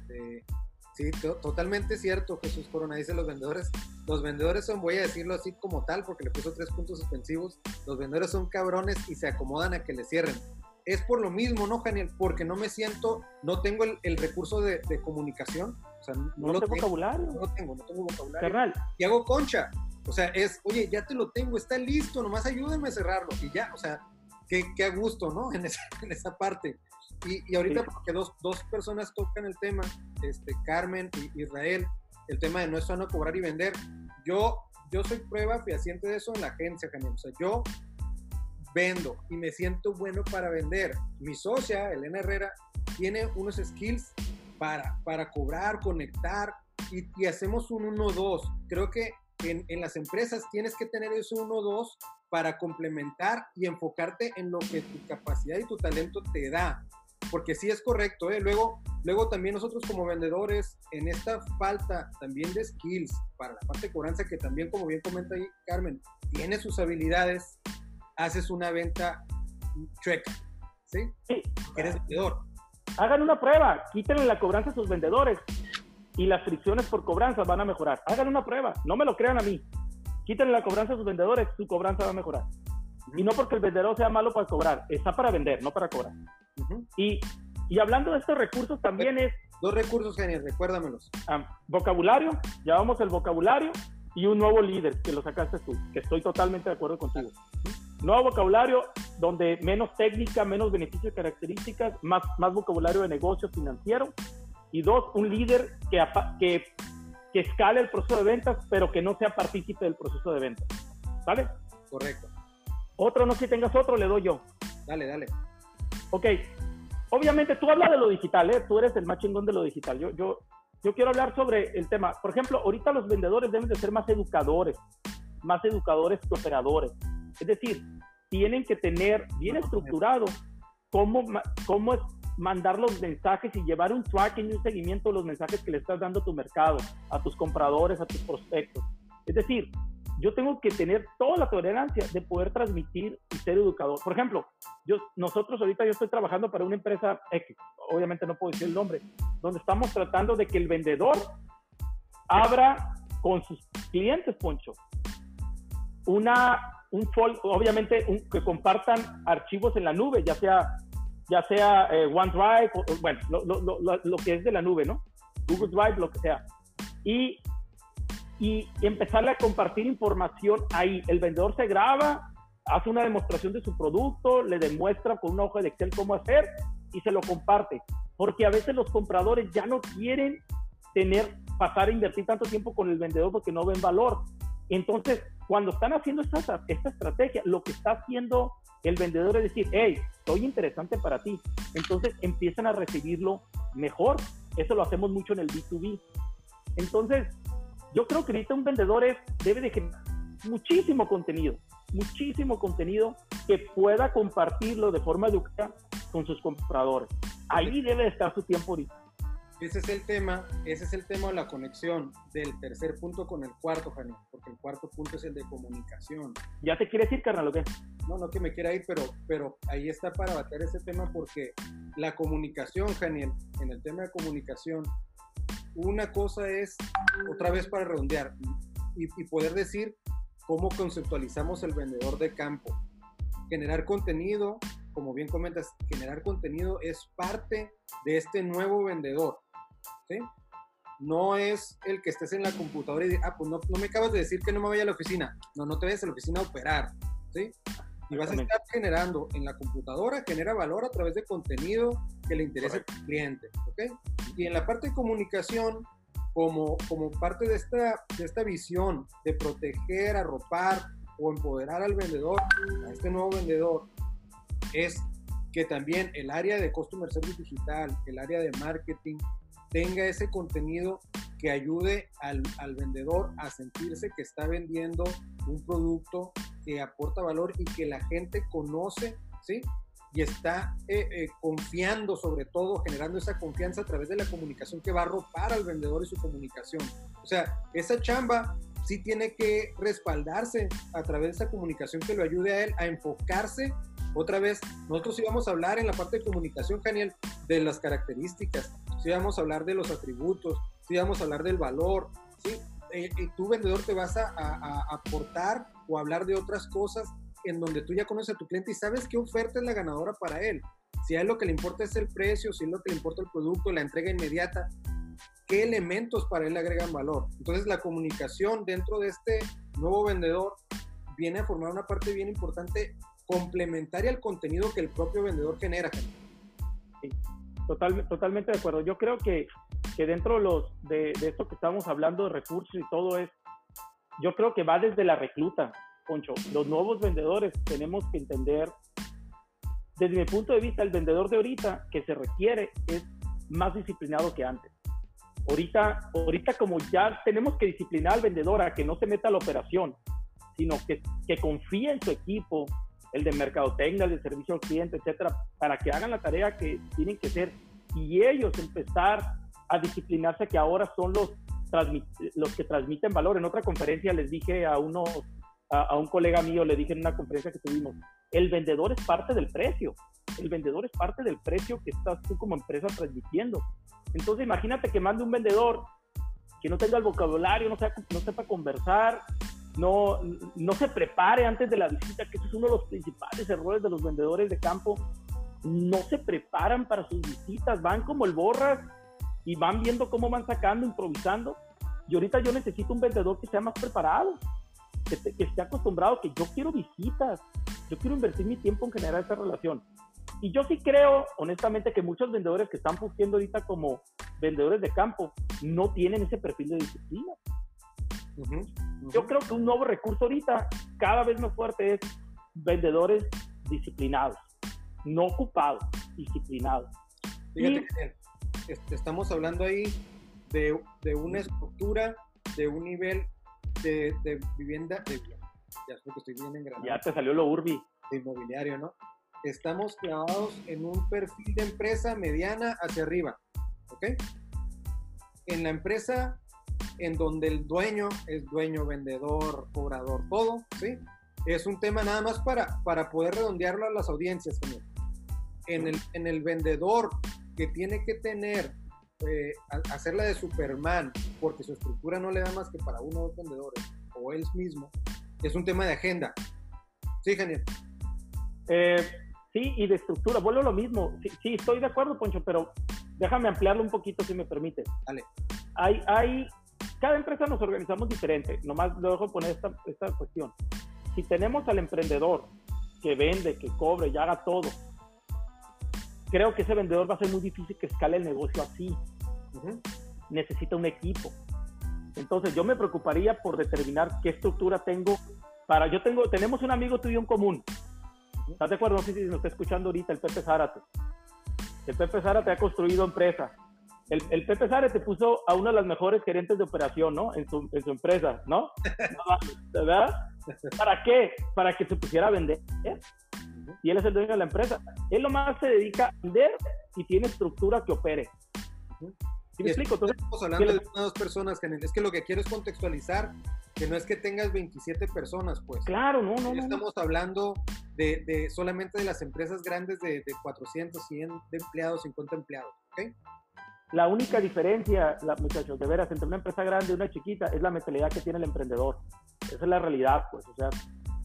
sí, totalmente cierto, Jesús Corona. Dice los vendedores son, voy a decirlo así como tal, porque le puso 3 puntos suspensivos, los vendedores son cabrones y se acomodan a que le cierren. Es por lo mismo, ¿no, Janiel? Porque no tengo el recurso de comunicación, o sea, no tengo vocabulario. No tengo vocabulario.
Carnal.
Y hago concha, o sea, oye, ya te lo tengo, está listo, nomás ayúdame a cerrarlo, y ya, o sea, qué a gusto, ¿no? En esa parte. Y ahorita, sí, porque dos personas tocan el tema, Carmen y Israel, el tema de no es sano cobrar y vender. Yo soy prueba fehaciente de eso en la agencia, Janiel. O sea, yo vendo y me siento bueno para vender. Mi socia, Elena Herrera, tiene unos skills para cobrar, conectar, y hacemos un 1-2. Creo que en las empresas tienes que tener eso 1-2 para complementar y enfocarte en lo que tu capacidad y tu talento te da. Porque sí es correcto, ¿eh? Luego también nosotros como vendedores, en esta falta también de skills para la parte de cobranza, que también, como bien comenta ahí Carmen, tiene sus habilidades, haces una venta chueca, ¿sí? Sí. Eres vendedor.
Hagan una prueba, quítenle la cobranza a sus vendedores y las fricciones por cobranza van a mejorar. Hagan una prueba, no me lo crean a mí. Quítenle la cobranza a sus vendedores, su cobranza va a mejorar. Y no porque el vendedor sea malo para cobrar, está para vender, no para cobrar. Y hablando de estos recursos también es...
2 recursos, geniales, recuérdamelos.
Vocabulario, llevamos el vocabulario y un nuevo líder, que lo sacaste tú, que estoy totalmente de acuerdo contigo. Nuevo vocabulario, donde menos técnica, menos beneficios y características, más vocabulario de negocio financiero. Y 2, un líder que escale el proceso de ventas, pero que no sea partícipe del proceso de ventas. ¿Vale?
Correcto.
Otro, no, si tengas otro, le doy yo.
Dale.
Ok, obviamente tú hablas de lo digital, ¿eh? Tú eres el más chingón de lo digital. Yo quiero hablar sobre el tema. Por ejemplo, ahorita los vendedores deben de ser más educadores que operadores. Es decir, tienen que tener bien estructurado cómo es mandar los mensajes y llevar un tracking y un seguimiento de los mensajes que le estás dando a tu mercado, a tus compradores, a tus prospectos. Es decir, yo tengo que tener toda la tolerancia de poder transmitir y ser educador. Por ejemplo, nosotros ahorita yo estoy trabajando para una empresa X, obviamente no puedo decir el nombre, donde estamos tratando de que el vendedor abra con sus clientes, Poncho, obviamente que compartan archivos en la nube, ya sea OneDrive, bueno, lo que es de la nube, ¿no? Google Drive, lo que sea. Y empezarle a compartir información ahí. El vendedor se graba, hace una demostración de su producto, le demuestra con una hoja de Excel cómo hacer y se lo comparte. Porque a veces los compradores ya no quieren pasar a invertir tanto tiempo con el vendedor porque no ven valor. Entonces, cuando están haciendo esta estrategia, lo que está haciendo el vendedor es decir, hey, soy interesante para ti. Entonces empiezan a recibirlo mejor. Eso lo hacemos mucho en el B2B. Entonces, yo creo que ahorita un vendedor debe de generar muchísimo contenido que pueda compartirlo de forma educada con sus compradores. Ahí debe estar su tiempo ahorita.
Ese es el tema de la conexión del tercer punto con el cuarto, Janiel, porque el cuarto punto es el de comunicación.
¿Ya te quieres ir, carnal, o qué?
No que me quiera ir, pero ahí está para bater ese tema, porque la comunicación, Janiel, en el tema de comunicación, una cosa es, otra vez para redondear, y poder decir cómo conceptualizamos el vendedor de campo. Generar contenido, como bien comentas, generar contenido es parte de este nuevo vendedor, ¿sí? No es el que estés en la computadora y pues no me acabas de decir que no me vaya a la oficina. No te vayas a la oficina a operar, ¿sí? Y vas a estar generando en la computadora, genera valor a través de contenido que le interese al cliente, ¿ok? Y en la parte de comunicación, como parte de esta visión de proteger, arropar o empoderar al vendedor, a este nuevo vendedor, es que también el área de Customer Service Digital, el área de marketing, tenga ese contenido que ayude al vendedor a sentirse que está vendiendo un producto que aporta valor y que la gente conoce, ¿sí? Y está confiando, sobre todo, generando esa confianza a través de la comunicación que va a arropar al vendedor y su comunicación. O sea, esa chamba sí tiene que respaldarse a través de esa comunicación que lo ayude a él a enfocarse. Otra vez, nosotros íbamos a hablar en la parte de comunicación, Janiel, de las características, sí íbamos a hablar de los atributos, sí íbamos a hablar del valor, ¿sí? Y tú, vendedor, te vas a aportar o hablar de otras cosas en donde tú ya conoces a tu cliente y sabes qué oferta es la ganadora para él. Si a él lo que le importa es el precio, si a él lo que le importa el producto, la entrega inmediata, qué elementos para él le agregan valor. Entonces, la comunicación dentro de este nuevo vendedor viene a formar una parte bien importante, complementaria al contenido que el propio vendedor genera.
Sí, totalmente de acuerdo. Yo creo que dentro de esto que estamos hablando de recursos y todo yo creo que va desde la recluta, Poncho. Los nuevos vendedores tenemos que entender, desde mi punto de vista, el vendedor de ahorita que se requiere es más disciplinado que antes. Ahorita como ya tenemos que disciplinar al vendedor a que no se meta a la operación, sino que confíe en su equipo, el de mercadotecnia, el de servicio al cliente, etcétera, para que hagan la tarea que tienen que hacer y ellos empezar a disciplinarse, que ahora son los que transmiten valor. En otra conferencia les dije a un colega mío, le dije en una conferencia que tuvimos, el vendedor es parte del precio. El vendedor es parte del precio que estás tú como empresa transmitiendo. Entonces imagínate que mande un vendedor que no tenga el vocabulario, no sepa conversar, no se prepare antes de la visita, que eso es uno de los principales errores de los vendedores de campo. No se preparan para sus visitas, van como el borras y van viendo cómo van sacando, improvisando. Y ahorita yo necesito un vendedor que sea más preparado, que esté acostumbrado, que yo quiero visitas, yo quiero invertir mi tiempo en generar esa relación. Y yo sí creo, honestamente, que muchos vendedores que están fungiendo ahorita como vendedores de campo no tienen ese perfil de disciplina. Yo creo que un nuevo recurso ahorita, cada vez más fuerte, es vendedores disciplinados, no ocupados, disciplinados.
Fíjate que estamos hablando ahí de una estructura, de un nivel de vivienda, ya sé que estoy bien engranado.
Ya te salió lo urbi.
De inmobiliario, ¿no? Estamos clavados en un perfil de empresa mediana hacia arriba, ¿ok? En la empresa en donde el dueño es dueño, vendedor, cobrador, todo, ¿sí? Es un tema nada más para poder redondearlo a las audiencias también. En el vendedor que tiene que tener, hacerla de Superman, porque su estructura no le da más que para uno o dos vendedores, o él mismo, es un tema de agenda. ¿Sí, Janiel?
Sí, y de estructura, vuelvo a lo mismo. Sí, estoy de acuerdo, Poncho, pero déjame ampliarlo un poquito, si me permite.
Dale.
Cada empresa nos organizamos diferente. Nomás le dejo poner esta cuestión. Si tenemos al emprendedor que vende, que cobre y haga todo, creo que ese vendedor va a ser muy difícil que escale el negocio así. Necesita un equipo. Entonces yo me preocuparía por determinar qué estructura tengo. Tenemos un amigo tuyo en común. ¿Estás de acuerdo? No sé si nos está escuchando ahorita, el Pepe Zárate. El Pepe Zárate ha construido empresa. El Pepe Zárate puso a una de las mejores gerentes de operación, ¿no? En su empresa, ¿no? ¿Verdad? ¿Para qué? Para que se pusiera a vender. Y él es el dueño de la empresa. Él nomás se dedica a vender y tiene estructura que opere. ¿Sí me explico? Entonces,
estamos hablando de una o dos personas, Janiel. Es que lo que quiero es contextualizar, que no es que tengas 27 personas, pues.
Claro, no.
Estamos hablando de solamente de las empresas grandes de 400, 100 de empleados, 50 empleados, ¿ok?
La única diferencia, muchachos, de veras, entre una empresa grande y una chiquita es la mentalidad que tiene el emprendedor. Esa es la realidad, pues. O sea,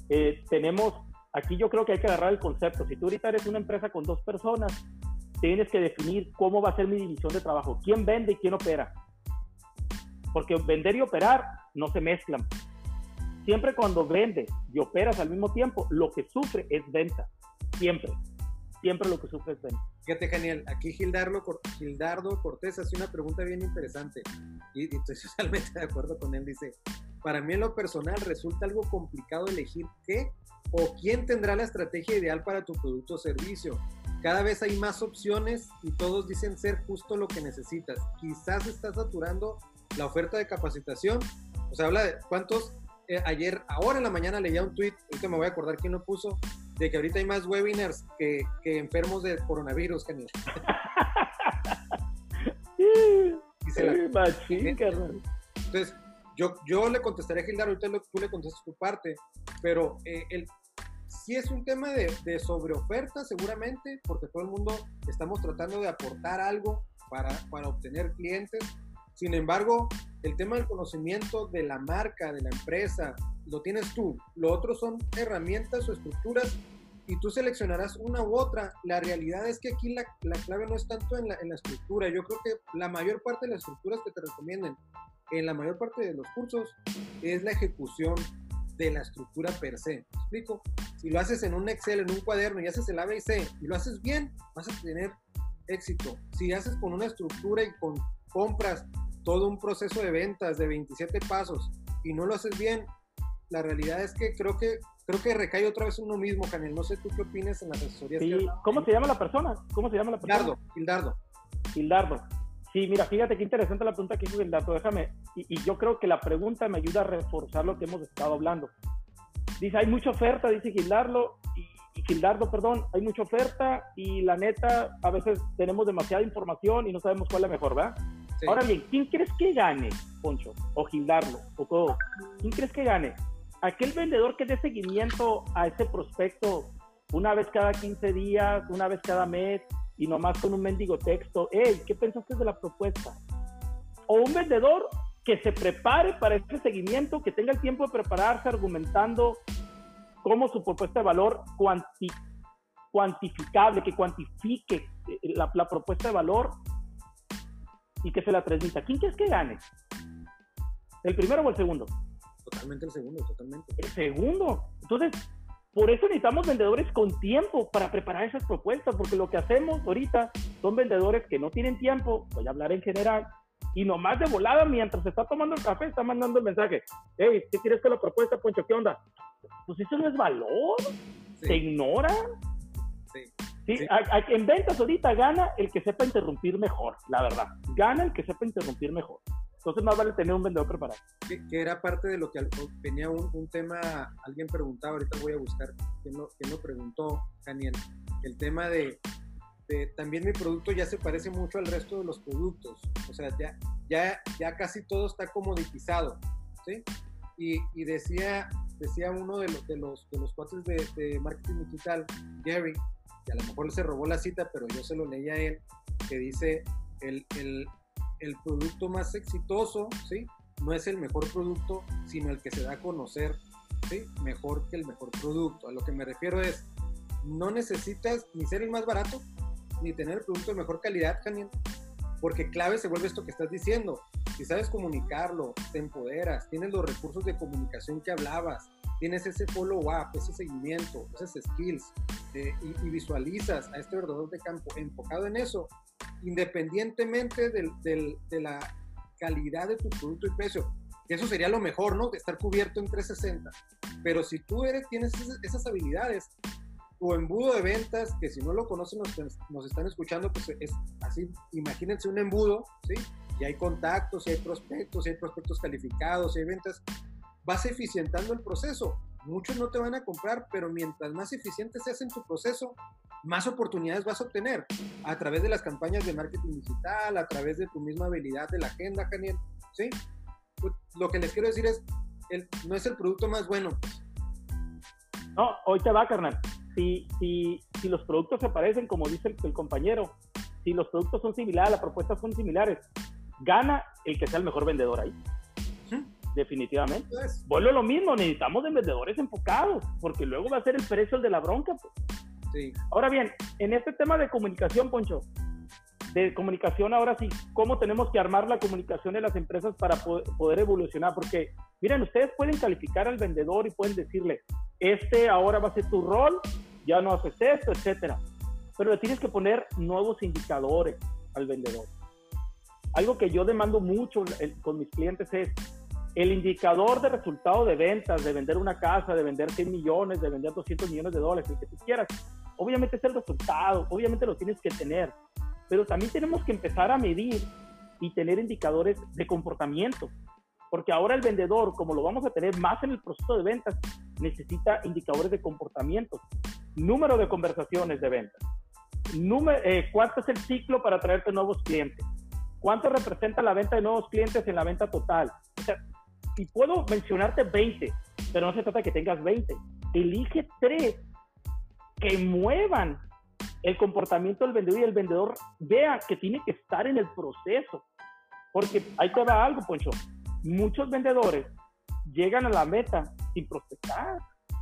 aquí yo creo que hay que agarrar el concepto. Si tú ahorita eres una empresa con 2 personas, tienes que definir cómo va a ser mi división de trabajo. ¿Quién vende y quién opera? Porque vender y operar no se mezclan. siempre cuando vendes y operas al mismo tiempo, lo que sufre es venta. Siempre lo que sufre es venta.
Fíjate, Janiel, aquí Gildardo Cortés hace una pregunta bien interesante y estoy totalmente de acuerdo con él. Dice, para mí en lo personal resulta algo complicado elegir qué o quién tendrá la estrategia ideal para tu producto o servicio. Cada vez hay más opciones y todos dicen ser justo lo que necesitas. Quizás estás saturando la oferta de capacitación. O sea, habla de cuántos... ahora en la mañana leía un tweet, ahorita me voy a acordar quién lo puso, de que ahorita hay más webinars que enfermos de coronavirus, Janiel. Entonces, yo le contestaré a Gildardo, ahorita tú le contestas tu parte, pero sí es un tema de sobreoferta seguramente, porque todo el mundo estamos tratando de aportar algo para obtener clientes. Sin embargo, el tema del conocimiento de la marca, de la empresa, lo tienes tú. Lo otro son herramientas o estructuras y tú seleccionarás una u otra. La realidad es que aquí la clave no es tanto en la estructura. Yo creo que la mayor parte de las estructuras que te recomienden en la mayor parte de los cursos es la ejecución de la estructura per se. ¿Me explico? Si lo haces en un Excel, en un cuaderno y haces el A, B y C y lo haces bien, vas a tener éxito. Si haces con una estructura y compras todo un proceso de ventas de 27 pasos y no lo haces bien, la realidad es que creo que recae otra vez uno mismo, Janiel. No sé tú qué opinas en las asesorías.
Sí. ¿Cómo se llama la persona? Gildardo. Sí, mira, fíjate qué interesante la pregunta que hizo Gildardo. Déjame, y yo creo que la pregunta me ayuda a reforzar lo que hemos estado hablando. Dice, hay mucha oferta, dice Gildardo, hay mucha oferta y la neta, a veces tenemos demasiada información y no sabemos cuál es la mejor, ¿verdad? Sí. Ahora bien, ¿quién crees que gane, Poncho? O Gildardo, o todo. ¿Quién crees que gane? Aquel vendedor que dé seguimiento a ese prospecto una vez cada 15 días, una vez cada mes, y nomás con un mendigo texto, hey, ¿qué pensaste de la propuesta? O un vendedor que se prepare para ese seguimiento, que tenga el tiempo de prepararse argumentando cómo su propuesta de valor cuantificable, que cuantifique la propuesta de valor y que se la transmita. ¿Quién crees que gane? ¿El primero o el segundo?
Totalmente el segundo, totalmente.
El segundo. Entonces, por eso necesitamos vendedores con tiempo para preparar esas propuestas, porque lo que hacemos ahorita son vendedores que no tienen tiempo, voy a hablar en general, y nomás de volada, mientras se está tomando el café, está mandando el mensaje. Hey, ¿qué quieres con la propuesta, Poncho? ¿Qué onda? Pues eso no es valor. Sí. ¿Se ignora? Sí. En ventas ahorita gana el que sepa interrumpir mejor, la verdad. Gana el que sepa interrumpir mejor. Entonces más vale tener un vendedor preparado.
Que era parte de lo que tenía un tema, alguien preguntaba, ahorita voy a buscar quién lo preguntó, Daniel, el tema de también mi producto ya se parece mucho al resto de los productos, o sea, ya casi todo está comoditizado, ¿sí? Y decía uno de los cuates de marketing digital, Gary, que a lo mejor se robó la cita, pero yo se lo leí a él, que dice, el producto más exitoso, ¿sí? No es el mejor producto, sino el que se da a conocer, ¿sí? Mejor que el mejor producto. A lo que me refiero es, no necesitas ni ser el más barato, ni tener el producto de mejor calidad, Janiel, porque clave se vuelve esto que estás diciendo. Si sabes comunicarlo, te empoderas, tienes los recursos de comunicación que hablabas, tienes ese follow-up, ese seguimiento, esos skills, y visualizas a este vendedor de campo enfocado en eso, independientemente de la calidad de tu producto y precio, que eso sería lo mejor, ¿no? De estar cubierto en 360. Pero si tú tienes esas habilidades, tu embudo de ventas, que si no lo conocen nos están escuchando, pues es así, imagínense un embudo, ¿sí? Y hay contactos, y hay prospectos calificados, y hay ventas, vas eficientando el proceso. Muchos no te van a comprar, pero mientras más eficiente seas en tu proceso, más oportunidades vas a obtener a través de las campañas de marketing digital, a través de tu misma habilidad de la agenda, Janiel, ¿sí? Pues, lo que les quiero decir es, no es el producto más bueno.
No, hoy te va, carnal. Si los productos se parecen, como dice el compañero, si los productos son similares, las propuestas son similares, gana el que sea el mejor vendedor ahí. Definitivamente. Vuelvo lo mismo, necesitamos de vendedores enfocados, porque luego va a ser el precio el de la bronca, pues. Sí. Ahora bien, en este tema de comunicación, Poncho, de comunicación, ahora sí, cómo tenemos que armar la comunicación de las empresas para poder evolucionar, porque miren, ustedes pueden calificar al vendedor y pueden decirle, ahora va a ser tu rol, ya no haces esto, etcétera, pero le tienes que poner nuevos indicadores al vendedor. Algo que yo demando mucho con mis clientes es el indicador de resultado de ventas, de vender una casa, de vender 100 millones, de vender 200 millones de dólares, el que tú quieras. Obviamente es el resultado, obviamente lo tienes que tener, pero también tenemos que empezar a medir y tener indicadores de comportamiento, porque ahora el vendedor, como lo vamos a tener más en el proceso de ventas, necesita indicadores de comportamiento, número de conversaciones de ventas, cuánto es el ciclo para traerte nuevos clientes, cuánto representa la venta de nuevos clientes en la venta total. O sea, y puedo mencionarte 20, pero no se trata de que tengas 20. Elige 3 que muevan el comportamiento del vendedor y el vendedor vea que tiene que estar en el proceso. Porque ahí te va algo, Poncho. Muchos vendedores llegan a la meta sin prospectar.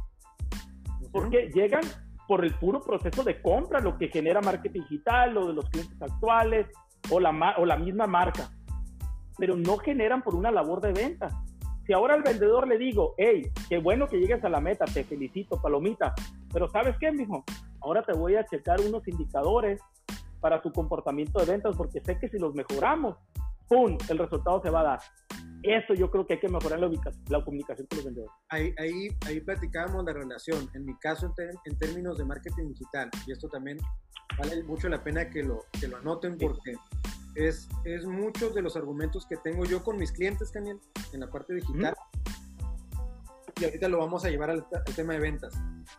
Porque llegan por el puro proceso de compra, lo que genera marketing digital, lo de los clientes actuales o la misma marca. Pero no generan por una labor de venta. Si ahora al vendedor le digo, hey, qué bueno que llegues a la meta, te felicito, palomita, pero ¿sabes qué, mijo? Ahora te voy a checar unos indicadores para tu comportamiento de ventas, porque sé que si los mejoramos, ¡pum!, el resultado se va a dar. Eso yo creo que hay que mejorar la comunicación con los vendedores.
Ahí platicábamos la relación. En mi caso, en términos de marketing digital, y esto también vale mucho la pena que lo anoten, porque es muchos de los argumentos que tengo yo con mis clientes, Daniel, en la parte digital. Y ahorita lo vamos a llevar al tema de ventas.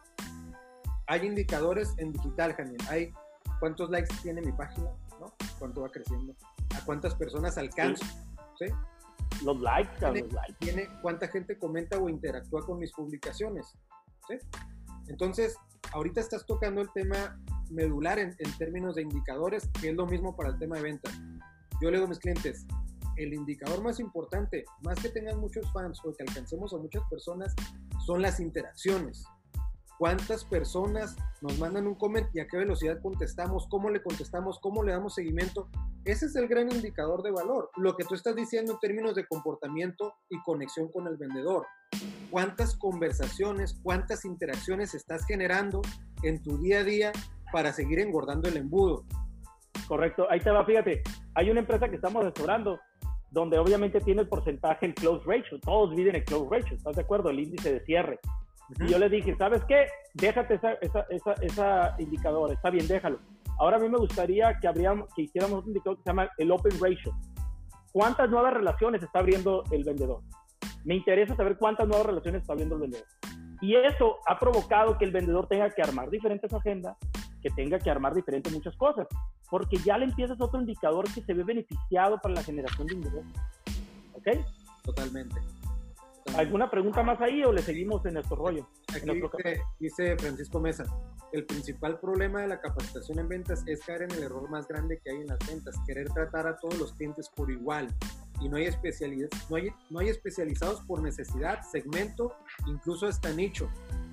Hay indicadores en digital, Daniel. Hay cuántos likes tiene mi página, ¿no? Cuánto va creciendo, a cuántas personas alcanzo, ¿sí?
Los likes, los likes.
Tiene cuánta gente comenta o interactúa con mis publicaciones, ¿sí? Entonces, ahorita estás tocando el tema medular en términos de indicadores, que es lo mismo para el tema de ventas. Yo le digo a mis clientes, el indicador más importante, más que tengan muchos fans o que alcancemos a muchas personas, son las interacciones. ¿Cuántas personas nos mandan un comment y a qué velocidad contestamos? ¿Cómo le contestamos? ¿Cómo le damos seguimiento? Ese es el gran indicador de valor. Lo que tú estás diciendo en términos de comportamiento y conexión con el vendedor. ¿Cuántas conversaciones, cuántas interacciones estás generando en tu día a día para seguir engordando el embudo?
Correcto. Ahí te va, fíjate. Hay una empresa que estamos asesorando donde obviamente tiene el porcentaje, el close ratio. Todos miden el close ratio, ¿estás de acuerdo? El índice de cierre. Y yo les dije, ¿sabes qué? Déjate esa indicador, está bien, déjalo. Ahora a mí me gustaría que hiciéramos un indicador que se llama el open ratio. ¿Cuántas nuevas relaciones está abriendo el vendedor? Me interesa saber cuántas nuevas relaciones está abriendo el vendedor. Y eso ha provocado que el vendedor tenga que armar diferentes agendas, que tenga que armar diferentes muchas cosas, porque ya le empiezas otro indicador que se ve beneficiado para la generación de ingresos. ¿Ok?
Totalmente.
¿Alguna pregunta más ahí o le seguimos en nuestro rollo?
Aquí dice Francisco Mesa, el principal problema de la capacitación en ventas es caer en el error más grande que hay en las ventas, querer tratar a todos los clientes por igual, y no hay especializados por necesidad, segmento, incluso hasta nicho.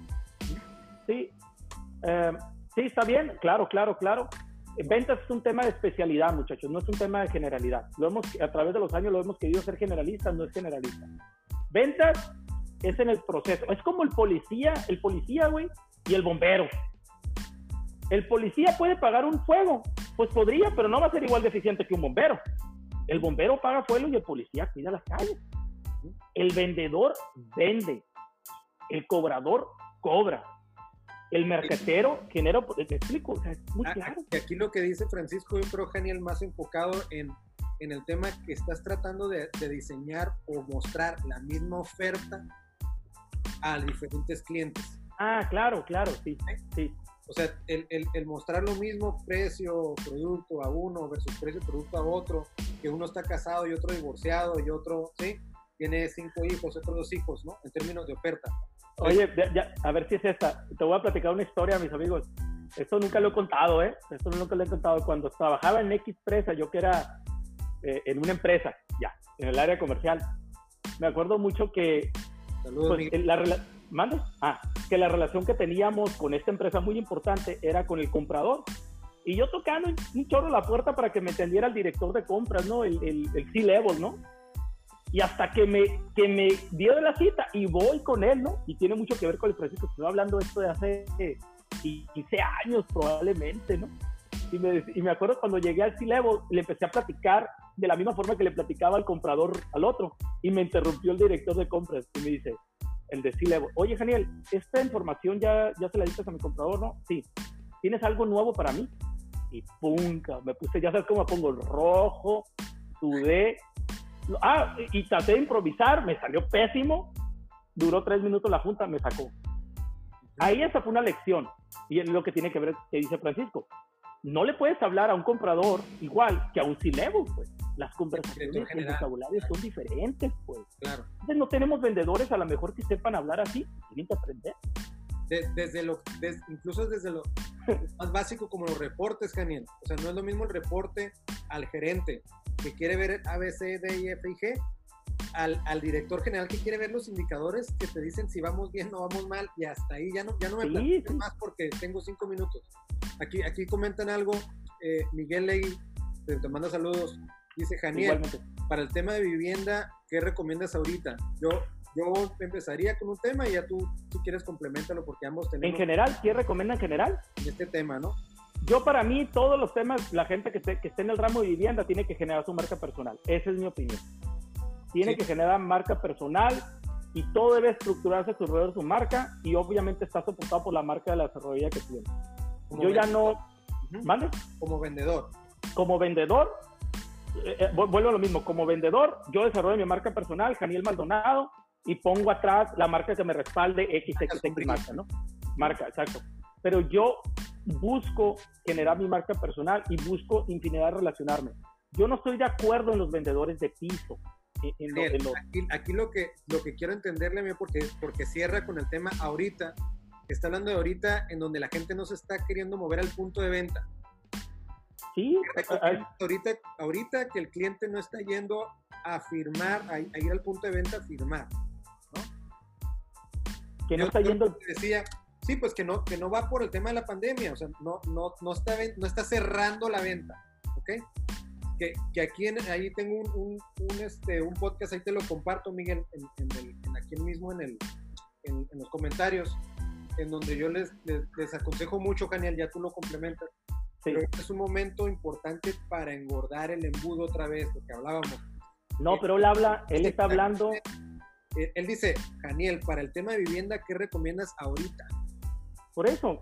Sí, sí, está bien, claro. Ventas es un tema de especialidad, muchachos, no es un tema de generalidad. A través de los años lo hemos querido ser generalista, no es generalista. Ventas es en el proceso. Es como el policía, güey, y el bombero. El policía puede pagar un fuego, pues podría, pero no va a ser igual de eficiente que un bombero. El bombero paga fuego y el policía cuida las calles. El vendedor vende. El cobrador cobra. El mercatero genera... Te explico, o sea, es muy claro.
Aquí lo que dice Francisco, yo creo, genial, más enfocado en el tema que estás tratando de diseñar o mostrar la misma oferta a diferentes clientes.
Ah, claro, sí.
O sea, el mostrar lo mismo, precio, producto a uno versus precio, producto a otro, que uno está casado y otro divorciado y otro, ¿sí? Tiene 5 hijos, otros 2 hijos, ¿no? En términos de oferta.
Oye, a ver si es esta. Te voy a platicar una historia, mis amigos. Esto nunca lo he contado, ¿eh? Cuando trabajaba en X-Presa, yo que era en una empresa, ya, en el área comercial. Me acuerdo mucho que...
Saludos,
pues, ¿Mande? Que la relación que teníamos con esta empresa muy importante era con el comprador. Y yo tocando un chorro la puerta para que me atendiera el director de compras, ¿no? El C-Level, ¿no? Y hasta que me dio de la cita y voy con él, ¿no? Y tiene mucho que ver con el Francisco. Estoy hablando de esto de hace 15 años probablemente, ¿no? Y me acuerdo cuando llegué al C-Level, le empecé a platicar de la misma forma que le platicaba al comprador al otro. Y me interrumpió el director de compras y me dice, el de C-Level, oye, Janiel, esta información ya se la diste a mi comprador, ¿no? Sí. ¿Tienes algo nuevo para mí? Y pum, me puse, ya sabes cómo me pongo, rojo, sudé. Y traté de improvisar, me salió pésimo. Duró 3 minutos la junta, me sacó. Ahí esa fue una lección. Y es lo que tiene que ver, que dice Francisco. No le puedes hablar a un comprador igual que a un C-Level, pues. Las conversaciones, el vocabulario son diferentes, pues.
Claro.
Entonces no tenemos vendedores a lo mejor que sepan hablar así, tienen que aprender.
Incluso desde lo más básico como los reportes, Janiel. O sea, no es lo mismo el reporte al gerente que quiere ver A, B, C, D, I, F y G, al director general que quiere ver los indicadores que te dicen si vamos bien o vamos mal, y hasta ahí ya no me platiques más porque tengo 5 minutos. Aquí comentan algo, Miguel Legui, te manda saludos, dice Janiel, para el tema de vivienda, ¿qué recomiendas ahorita? Yo empezaría con un tema y ya tú, si quieres, complementalo porque ambos tenemos...
En general, ¿qué recomienda en general?
En este tema, ¿no?
Yo, para mí, todos los temas, la gente que esté en el ramo de vivienda tiene que generar su marca personal. Esa es mi opinión. Tiene que generar marca personal y todo debe estructurarse alrededor de su marca y obviamente está soportado por la marca de la desarrolladora que tiene. Yo ya no... ¿Vale?
Como vendedor.
Como vendedor, vuelvo a lo mismo. Como vendedor, yo desarrollo mi marca personal, Janiel Maldonado, y pongo atrás la marca que me respalde XXX marca, ¿no? Marca, exacto. Pero yo busco generar mi marca personal y busco infinidad de relacionarme. Yo no estoy de acuerdo en los vendedores de piso.
Aquí lo que quiero entenderle a mí, porque cierra con el tema ahorita, está hablando de ahorita en donde la gente no se está queriendo mover al punto de venta.
Sí.
Ahorita que el cliente no está yendo a firmar, a ir al punto de venta a firmar, ¿no?
Que no está yendo...
Decía, sí, pues que no va por el tema de la pandemia, o sea, no está cerrando la venta, ¿ok? Que aquí ahí tengo un podcast, ahí te lo comparto, Miguel, aquí mismo en los comentarios, en donde yo les aconsejo mucho, Janiel, ya tú lo complementas, sí. Pero este es un momento importante para engordar el embudo otra vez, lo que hablábamos.
No, pero él está hablando...
Él dice, Janiel, para el tema de vivienda, ¿qué recomiendas ahorita?
Por eso,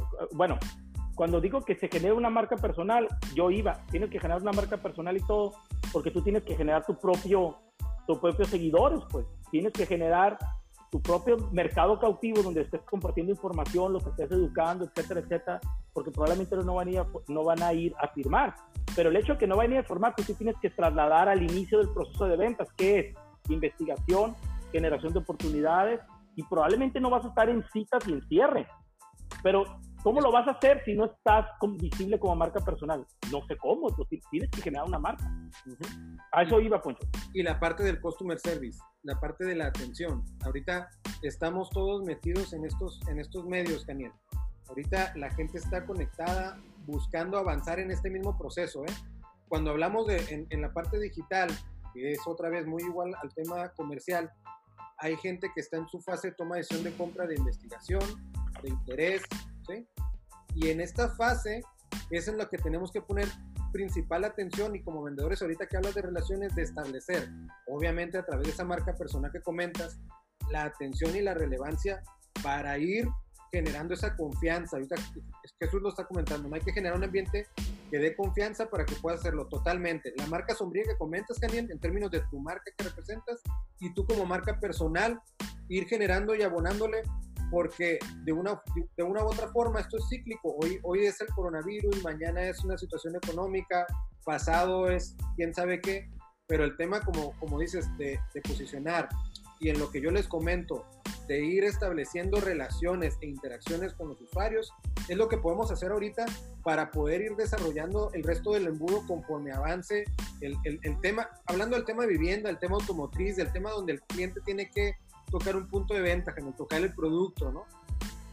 cuando digo que se genere una marca personal, tienes que generar una marca personal y todo, porque tú tienes que generar tus propios seguidores, pues. Tienes que generar tu propio mercado cautivo donde estés compartiendo información, los estés educando, etcétera, etcétera, porque probablemente no van a ir a firmar. Pero el hecho de que no vayan a ir a firmar, tú sí tienes que trasladar al inicio del proceso de ventas, que es investigación, generación de oportunidades, y probablemente no vas a estar en citas y en cierre. Pero ¿cómo lo vas a hacer si no estás visible como marca personal? No sé cómo, tienes que generar una marca. A eso iba, Poncho.
Y la parte del customer service, la parte de la atención. Ahorita estamos todos metidos en estos medios, Daniel. Ahorita la gente está conectada, buscando avanzar en este mismo proceso, ¿eh? Cuando hablamos en la parte digital, que es otra vez muy igual al tema comercial, hay gente que está en su fase de toma de decisión de compra, de investigación, de interés, ¿sí? Y en esta fase es en la que tenemos que poner principal atención, y como vendedores ahorita que hablas de relaciones, de establecer, obviamente a través de esa marca personal que comentas, la atención y la relevancia para ir generando esa confianza. Ahorita Jesús lo está comentando, no hay que generar un ambiente que dé confianza para que puedas hacerlo totalmente. La marca sombría que comentas, Daniel, en términos de tu marca que representas, y tú como marca personal, ir generando y abonándole, porque de una u otra forma esto es cíclico. Hoy es el coronavirus, mañana es una situación económica, pasado es quién sabe qué, pero el tema, como dices, de posicionar, y en lo que yo les comento, de ir estableciendo relaciones e interacciones con los usuarios, es lo que podemos hacer ahorita para poder ir desarrollando el resto del embudo conforme avance el tema, hablando del tema de vivienda, el tema automotriz, del tema donde el cliente tiene que tocar un punto de venta, tocar el producto, ¿no?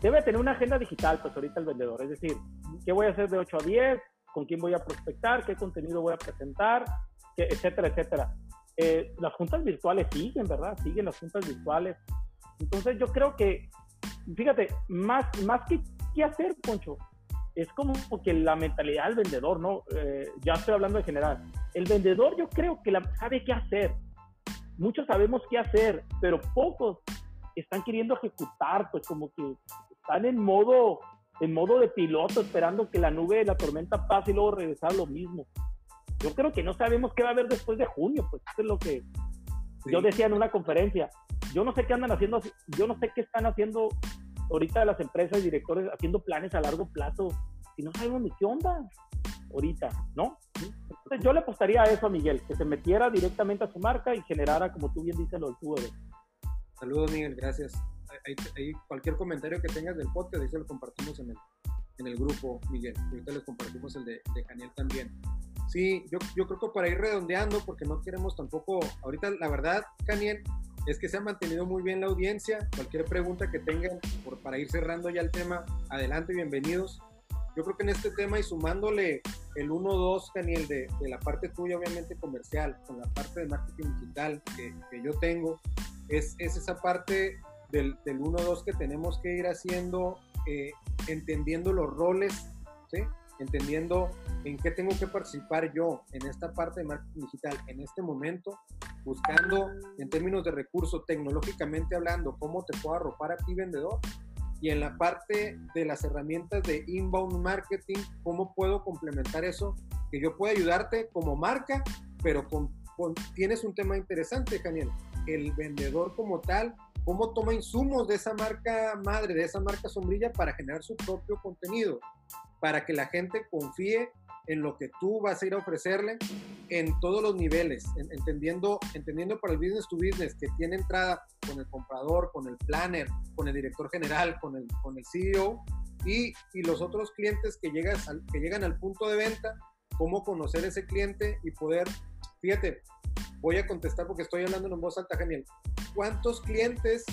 debe tener una agenda digital, pues ahorita el vendedor, es decir, ¿qué voy a hacer de 8 a 10? ¿Con quién voy a prospectar? ¿Qué contenido voy a presentar? Etcétera, etcétera. Las juntas virtuales siguen, ¿verdad? Siguen las juntas virtuales. Entonces yo creo que, fíjate, más que qué hacer, Poncho, es como que la mentalidad del vendedor, ¿no? Ya estoy hablando en general. El vendedor yo creo que sabe qué hacer. Muchos sabemos qué hacer, pero pocos están queriendo ejecutar, pues como que están en modo de piloto, esperando que la nube de la tormenta pase y luego regresar a lo mismo. Yo creo que no sabemos qué va a haber después de junio, pues eso es lo que yo decía en una conferencia. Yo no sé qué andan haciendo, yo no sé qué están haciendo ahorita las empresas y directores haciendo planes a largo plazo, si no sabemos ni qué onda ahorita, ¿no? Entonces yo le apostaría a eso a Miguel, que se metiera directamente a su marca y generara, como tú bien dices, lo del tubo de...
Saludos, Miguel, gracias. Ahí cualquier comentario que tengas del podcast, ahí se lo compartimos en el grupo, Miguel. Ahorita les compartimos el de Janiel también. Sí, yo creo que para ir redondeando, porque no queremos tampoco, ahorita la verdad, Janiel, es que se ha mantenido muy bien la audiencia. Cualquier pregunta que tengan para ir cerrando ya el tema, adelante, bienvenidos. Yo creo que en este tema y sumándole el 1-2, Daniel, de la parte tuya, obviamente comercial, con la parte de marketing digital que yo tengo, es esa parte del 1-2 que tenemos que ir haciendo, entendiendo los roles, ¿sí? Entendiendo en qué tengo que participar yo en esta parte de marketing digital en este momento, buscando en términos de recursos, tecnológicamente hablando, cómo te puedo arropar a ti, vendedor. Y en la parte de las herramientas de inbound marketing, ¿cómo puedo complementar eso? Que yo pueda ayudarte como marca, pero tienes un tema interesante, Daniel. El vendedor como tal, ¿cómo toma insumos de esa marca madre, de esa marca sombrilla para generar su propio contenido? Para que la gente confíe en lo que tú vas a ir a ofrecerle en todos los niveles, entendiendo para el business to business que tiene entrada con el comprador, con el planner, con el director general, con el CEO y los otros clientes que llegan al punto de venta, cómo conocer ese cliente y poder, fíjate, voy a contestar porque estoy hablando en voz alta, Daniel. ¿Cuántos clientes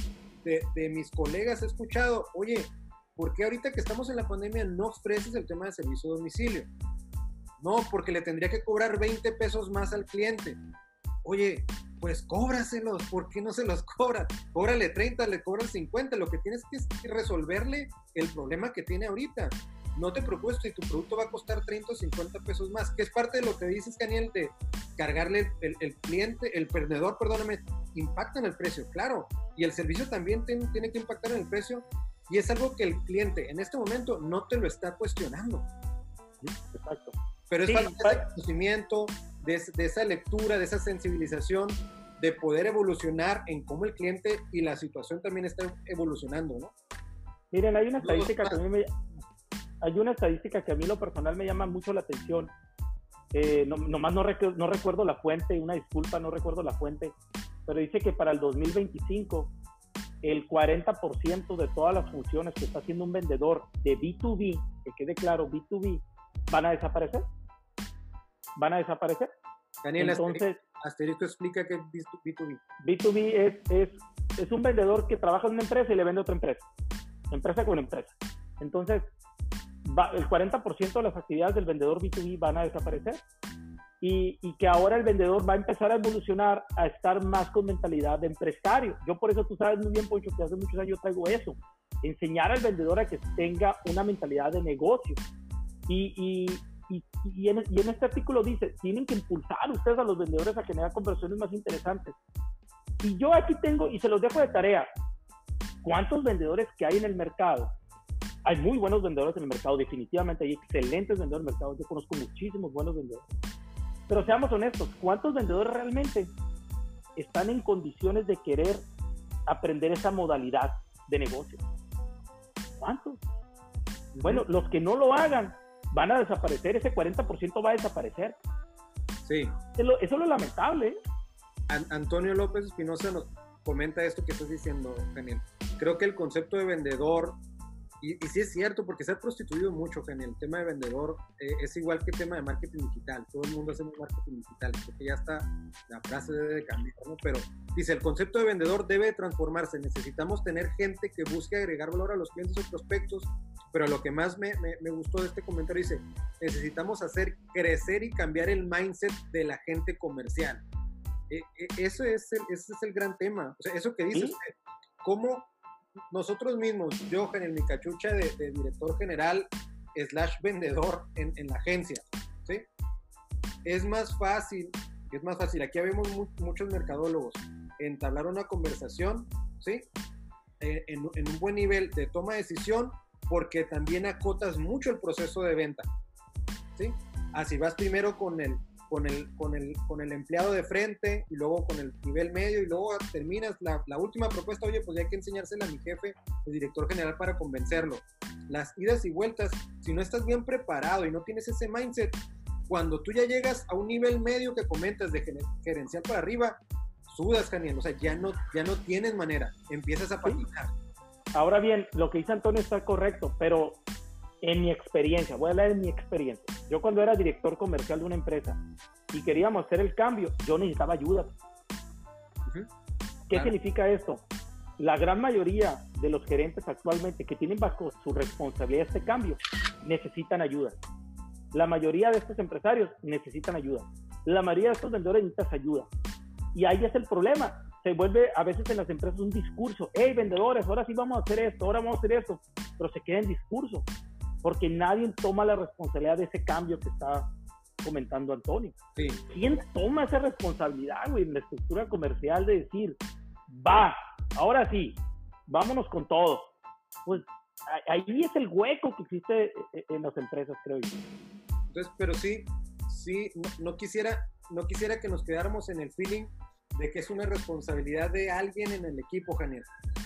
de mis colegas he escuchado? Oye, ¿por qué ahorita que estamos en la pandemia no ofreces el tema de servicio a domicilio? No, porque le tendría que cobrar 20 pesos más al cliente. Oye, pues cóbraselos, ¿por qué no se los cobras? Cóbrale 30, le cobras 50, lo que tienes que es resolverle el problema que tiene ahorita. No te preocupes si tu producto va a costar 30 o 50 pesos más, que es parte de lo que dices, Daniel, de cargarle el cliente, el vendedor, perdóname, impacta en el precio, claro, y el servicio también tiene que impactar en el precio, y es algo que el cliente en este momento no te lo está cuestionando.
Exacto.
Pero es parte de ese conocimiento, de esa lectura, de esa sensibilización, de poder evolucionar en cómo el cliente y la situación también está evolucionando, ¿no?
Miren, hay una estadística que a mí lo personal me llama mucho la atención. Nomás no recuerdo la fuente, una disculpa, no recuerdo la fuente, pero dice que para el 2025 el 40% de todas las funciones que está haciendo un vendedor de B2B, que quede claro, B2B, van a desaparecer.
Daniel,
entonces,
Asterisco explica qué es B2B.
B2B es un vendedor que trabaja en una empresa y le vende a otra empresa con empresa. Entonces, el 40% de las actividades del vendedor B2B van a desaparecer y que ahora el vendedor va a empezar a evolucionar a estar más con mentalidad de empresario. Yo por eso tú sabes muy bien, Poncho, que hace muchos años yo traigo eso, enseñar al vendedor a que tenga una mentalidad de negocio. Y en este artículo dice, tienen que impulsar ustedes a los vendedores a generar conversiones más interesantes. Y yo aquí tengo, y se los dejo de tarea, ¿cuántos vendedores que hay en el mercado? Hay muy buenos vendedores en el mercado, definitivamente hay excelentes vendedores en el mercado, yo conozco muchísimos buenos vendedores. Pero seamos honestos, ¿cuántos vendedores realmente están en condiciones de querer aprender esa modalidad de negocio? ¿Cuántos? Bueno, los que no lo hagan van a desaparecer, ese 40% va a desaparecer.
Sí.
Eso es lo lamentable, ¿eh?
Antonio López Espinosa nos comenta esto que estás diciendo, Daniel. Creo que el concepto de vendedor Y sí es cierto, porque se ha prostituido mucho, Genial. El tema de vendedor es igual que el tema de marketing digital. Todo el mundo hace marketing digital. Creo que ya está, la frase debe de cambiar, ¿no? Pero dice, el concepto de vendedor debe transformarse. Necesitamos tener gente que busque agregar valor a los clientes o prospectos. Pero lo que más me gustó de este comentario dice, necesitamos hacer crecer y cambiar el mindset de la gente comercial. Ese es el gran tema. O sea, eso que dices, ¿sí? ¿Cómo nosotros mismos, yo en mi cachucha de director general / vendedor en la agencia, ¿sí? Es más fácil, aquí vemos muchos mercadólogos, entablar una conversación, ¿sí? En un buen nivel de toma de decisión, porque también acotas mucho el proceso de venta, ¿sí? Así vas primero con el empleado de frente y luego con el nivel medio y luego terminas la última propuesta, oye, pues ya hay que enseñársela a mi jefe, el director general, para convencerlo. Las idas y vueltas, si no estás bien preparado y no tienes ese mindset, cuando tú ya llegas a un nivel medio que comentas de gerencial para arriba, sudas, Daniel, o sea, ya no tienes manera, empiezas a patinar.
Ahora bien, lo que dice Antonio está correcto, pero en mi experiencia, voy a hablar de mi experiencia. Yo cuando era director comercial de una empresa y queríamos hacer el cambio, yo necesitaba ayuda. ¿Qué significa esto? La gran mayoría de los gerentes actualmente que tienen bajo su responsabilidad este cambio necesitan ayuda. La mayoría de estos empresarios necesitan ayuda. La mayoría de estos vendedores necesitan ayuda. Y ahí es el problema. Se vuelve a veces en las empresas un discurso. Hey, vendedores, ahora sí vamos a hacer esto, ahora vamos a hacer esto. Pero se queda en discurso, porque nadie toma la responsabilidad de ese cambio que está comentando Antonio.
Sí.
¿Quién toma esa responsabilidad, güey, en la estructura comercial de decir, va, ahora sí, vámonos con todo? Pues ahí es el hueco que existe en las empresas, creo yo.
Entonces, pero sí, no quisiera que nos quedáramos en el feeling de que es una responsabilidad de alguien en el equipo, Janiel.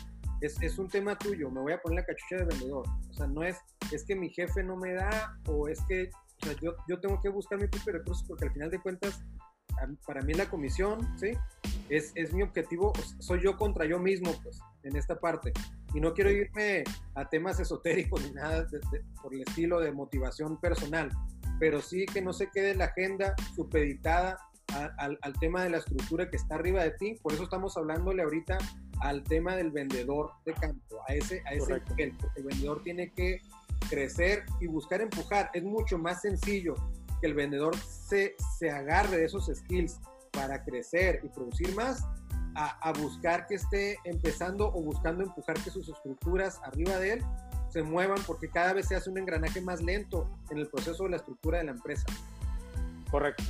Es un tema tuyo, me voy a poner la cachucha de vendedor. O sea, no es que mi jefe no me da, o es que, o sea, yo tengo que buscar mi propio recurso, porque al final de cuentas, para mí la comisión, ¿sí? Es mi objetivo, soy yo contra yo mismo, pues, en esta parte. Y no quiero irme a temas esotéricos ni nada por el estilo de motivación personal, pero sí que no se quede la agenda supeditada al tema de la estructura que está arriba de ti. Por eso estamos hablándole ahorita al tema del vendedor de campo, a ese nivel, porque el vendedor tiene que crecer y buscar empujar. Es mucho más sencillo que el vendedor se agarre de esos skills para crecer y producir más, a buscar que esté empezando o buscando empujar que sus estructuras arriba de él se muevan, porque cada vez se hace un engranaje más lento en el proceso de la estructura de la empresa.
Correcto.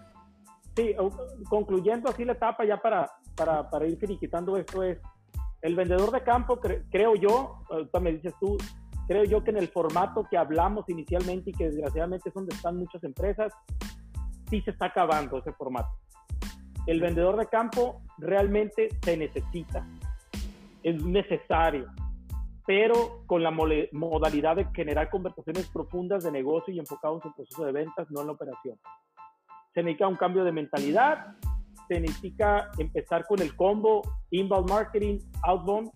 Sí, concluyendo así la etapa ya para ir finiquitando esto, es el vendedor de campo, creo yo, ahorita me dices tú, creo yo que en el formato que hablamos inicialmente y que desgraciadamente es donde están muchas empresas, sí se está acabando ese formato. El vendedor de campo realmente se necesita, es necesario, pero con la modalidad de generar conversaciones profundas de negocio y enfocados en el proceso de ventas, no en la operación. Se necesita un cambio de mentalidad, se necesita empezar con el combo inbound marketing, outbound,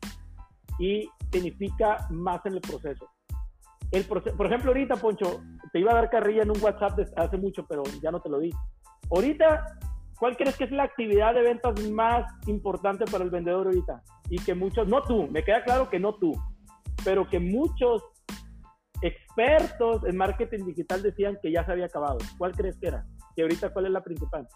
y significa más en el proceso. Por ejemplo, ahorita, Poncho, te iba a dar carrilla en un WhatsApp hace mucho, pero ya no te lo di. Ahorita, ¿cuál crees que es la actividad de ventas más importante para el vendedor ahorita? Y que muchos, no tú, me queda claro que no tú, pero que muchos expertos en marketing digital decían que ya se había acabado. ¿Cuál crees que era? Y ahorita, ¿cuál es la principal?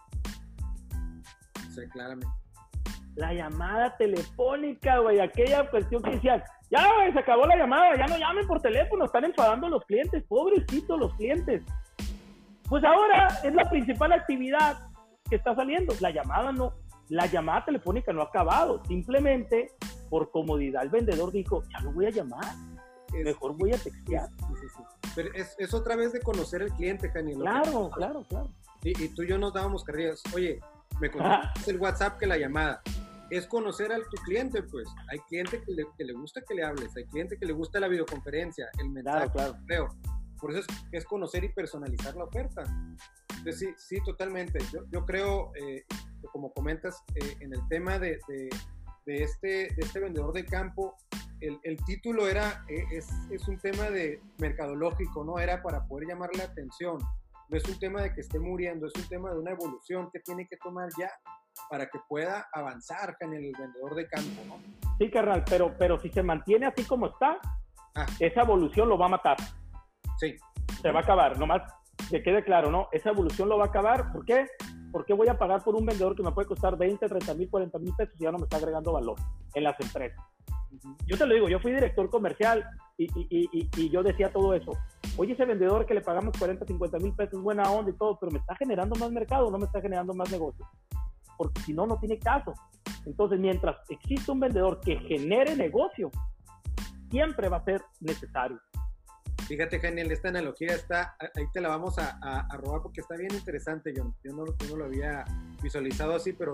Sí, claramente.
La llamada telefónica, güey, aquella cuestión que decían, ya, güey, se acabó la llamada, ya no llamen por teléfono, están enfadando a los clientes, pobrecitos los clientes. Pues ahora es la principal actividad que está saliendo. La llamada telefónica no ha acabado, simplemente por comodidad el vendedor dijo, ya no voy a llamar, mejor voy a textear.
Sí. Pero es otra vez de conocer al cliente, Jani.
Claro.
Y tú y yo nos dábamos carrillas. Oye, me contestas el WhatsApp que la llamada. Es conocer a tu cliente, pues. Hay cliente que le gusta que le hables, hay cliente que le gusta la videoconferencia, el mensaje,
claro.
Creo. Por eso es conocer y personalizar la oferta. Entonces, sí, totalmente. Yo creo, como comentas, en el tema de este vendedor de campo, el título es un tema de mercadológico, ¿no? Era para poder llamar la atención. No es un tema de que esté muriendo, es un tema de una evolución que tiene que tomar ya para que pueda avanzar en el vendedor de campo, ¿no?
Sí, carnal, pero si se mantiene así como está, esa evolución lo va a matar.
Sí.
Se va a acabar, nomás que quede claro, ¿no? Esa evolución lo va a acabar. ¿Por qué? Porque voy a pagar por un vendedor que me puede costar 20, 30 mil, 40 mil pesos y ya no me está agregando valor en las empresas. Yo te lo digo, yo fui director comercial y yo decía todo eso. Oye, ese vendedor que le pagamos 40, 50 mil pesos, buena onda y todo, pero me está generando más mercado, no me está generando más negocio. Porque si no, no tiene caso. Entonces, mientras existe un vendedor que genere negocio, siempre va a ser necesario.
Fíjate, Janiel, esta analogía está, ahí te la vamos a robar porque está bien interesante, John. Yo no lo había visualizado así, pero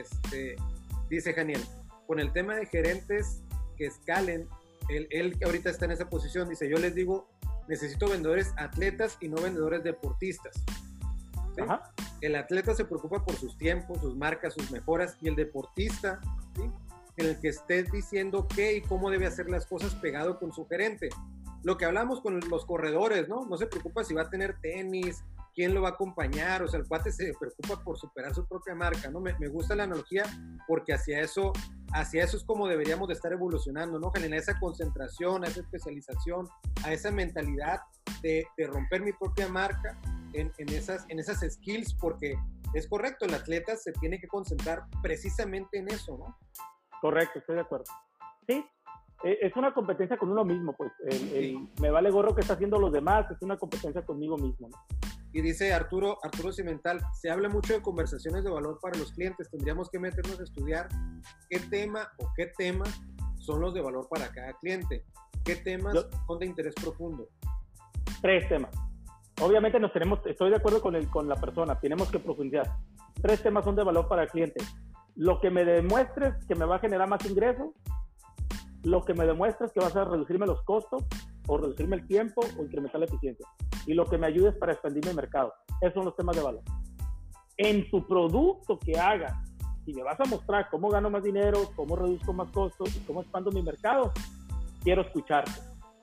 dice Janiel, con el tema de gerentes que escalen, él ahorita está en esa posición, dice, yo les digo, necesito vendedores atletas y no vendedores deportistas. ¿Sí? El atleta se preocupa por sus tiempos, sus marcas, sus mejoras, y el deportista, ¿sí?, en el que esté diciendo qué y cómo debe hacer las cosas pegado con su gerente. Lo que hablamos con los corredores, ¿no? No se preocupa si va a tener tenis, quién lo va a acompañar, o sea, el cuate se preocupa por superar su propia marca, ¿no? Me gusta la analogía porque hacia eso es como deberíamos de estar evolucionando, ¿no? Generar esa concentración, a esa especialización, a esa mentalidad de romper mi propia marca en esas skills, porque es correcto, el atleta se tiene que concentrar precisamente en eso, ¿no?
Correcto, estoy de acuerdo. Sí, es una competencia con uno mismo, pues. Me vale gorro que está haciendo los demás, es una competencia conmigo mismo, ¿no?
Y dice Arturo Cimental, se habla mucho de conversaciones de valor para los clientes, tendríamos que meternos a estudiar qué tema o qué temas son los de valor para cada cliente, qué temas son de interés profundo.
3 temas. Obviamente estoy de acuerdo con la persona, tenemos que profundizar. 3 temas son de valor para el cliente. Lo que me demuestres que me va a generar más ingresos, lo que me demuestres que vas a reducirme los costos, o reducirme el tiempo, o incrementar la eficiencia. Y lo que me ayudes para expandir mi mercado. Esos son los temas de valor. En tu producto que hagas, si me vas a mostrar cómo gano más dinero, cómo reduzco más costos y cómo expando mi mercado, quiero escucharte.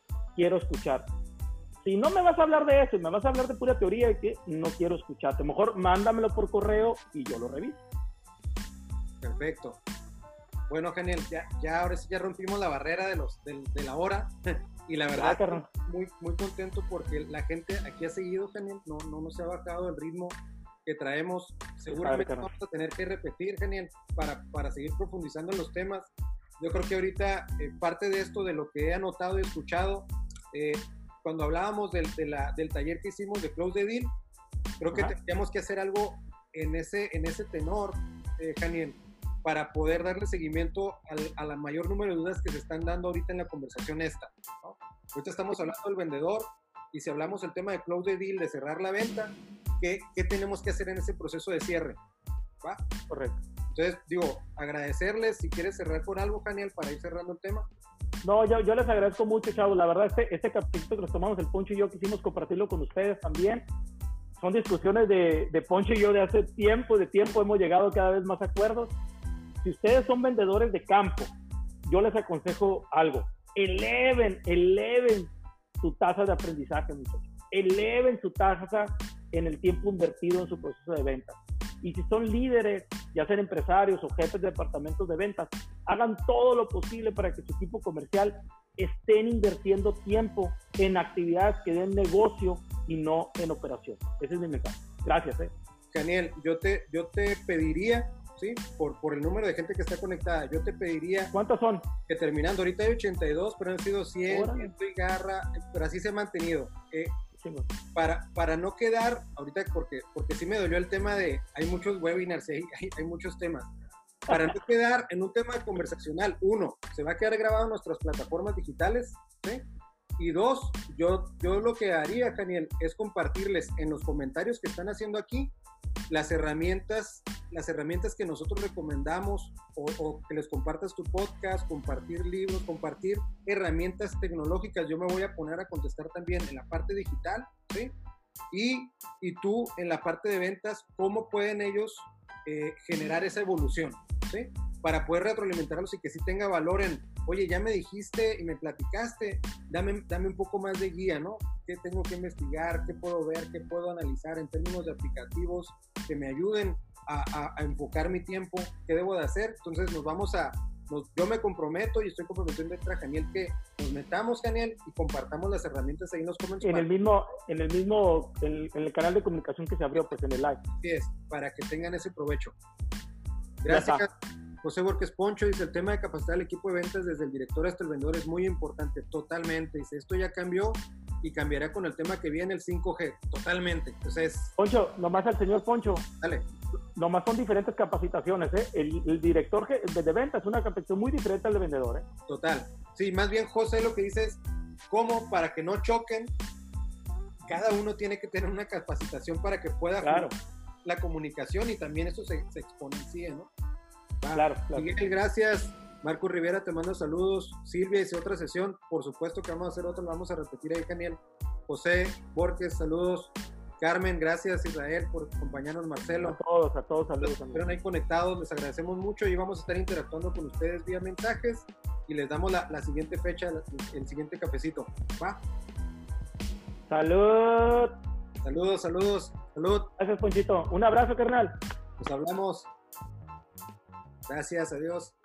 Si no me vas a hablar de eso y me vas a hablar de pura teoría, no quiero escucharte. Mejor mándamelo por correo y yo lo reviso.
Perfecto. Bueno, genial. Ya ahora sí ya rompimos la barrera de la hora. Y la verdad, muy, muy contento porque la gente aquí ha seguido, genial. No nos ha bajado el ritmo que traemos. Seguramente vamos a tener que repetir, genial, para seguir profundizando en los temas. Yo creo que ahorita parte de esto, de lo que he anotado y escuchado, cuando hablábamos del taller que hicimos de Close the Deal, creo que tendríamos que hacer algo en ese tenor, Janiel, para poder darle seguimiento a la mayor número de dudas que se están dando ahorita en la conversación esta, ¿no? Ahorita estamos hablando del vendedor, y si hablamos del tema de Close the Deal, de cerrar la venta, ¿qué tenemos que hacer en ese proceso de cierre? ¿Va?
Correcto.
Entonces, agradecerles, si quieres cerrar con algo, Janiel, para ir cerrando el tema.
No, yo les agradezco mucho, chavos. La verdad, este capítulo que nos tomamos el Poncho y yo quisimos compartirlo con ustedes también. Son discusiones de Poncho y yo de hace tiempo, hemos llegado cada vez más a acuerdos. Si ustedes son vendedores de campo, yo les aconsejo algo. Eleven su tasa de aprendizaje, muchachos. Eleven su tasa en el tiempo invertido en su proceso de venta. Y si son líderes, ya sean empresarios o jefes de departamentos de ventas, hagan todo lo posible para que su equipo comercial estén invirtiendo tiempo en actividades que den negocio y no en operación. Ese es mi mensaje. Gracias.
Daniel, yo te pediría, ¿sí? Por el número de gente que está conectada, yo te pediría...
¿Cuántos son?
Que terminando, ahorita hay 82, pero han sido 100, y garra, pero así se ha mantenido. Para no quedar, ahorita porque sí me dolió el tema de, hay muchos webinars, hay muchos temas. Para no quedar en un tema conversacional, 1, se va a quedar grabado en nuestras plataformas digitales, ¿sí? Y 2, yo lo que haría, Daniel, es compartirles en los comentarios que están haciendo aquí las herramientas que nosotros recomendamos, o que les compartas tu podcast, compartir libros, compartir herramientas tecnológicas. Yo me voy a poner a contestar también en la parte digital, ¿sí? Y tú en la parte de ventas, cómo pueden ellos generar esa evolución, ¿sí? para poder retroalimentarlos y que sí tenga valor en, oye, ya me dijiste y me platicaste, dame un poco más de guía, ¿no? ¿Qué tengo que investigar? ¿Qué puedo ver? ¿Qué puedo analizar en términos de aplicativos que me ayuden a enfocar mi tiempo? ¿Qué debo de hacer? Entonces yo me comprometo y estoy comprometiendo a Janiel que nos metamos, Janiel, y compartamos las herramientas ahí en los comentarios.
En el canal de comunicación que se abrió, pues en el live.
Así es, para que tengan ese provecho. Gracias, José Borges Poncho. Dice, el tema de capacitar al equipo de ventas desde el director hasta el vendedor es muy importante, totalmente. Dice, esto ya cambió y cambiará con el tema que viene, el 5G, totalmente. Entonces,
Poncho, nomás al señor Poncho.
Dale.
Nomás son diferentes capacitaciones, ¿eh? El director de ventas es una capacitación muy diferente al de vendedor, ¿eh?
Total. Sí, más bien, José, lo que dice es, ¿cómo? Para que no choquen, cada uno tiene que tener una capacitación para que pueda la comunicación y también eso se exponencie, ¿no?
Claro.
Miguel, gracias. Marco Rivera te manda saludos. Silvia dice otra sesión. Por supuesto que vamos a hacer otra, lo vamos a repetir ahí, Daniel. José Borges, saludos. Carmen, gracias. Israel, por acompañarnos. Marcelo.
A todos, saludos.
Estuvieron ahí conectados, les agradecemos mucho y vamos a estar interactuando con ustedes vía mensajes y les damos la siguiente fecha, el siguiente cafecito. ¿Va?
¡Salud!
Saludos. Salud.
Gracias, Ponchito. Un abrazo, carnal.
Nos hablamos. Gracias, adiós.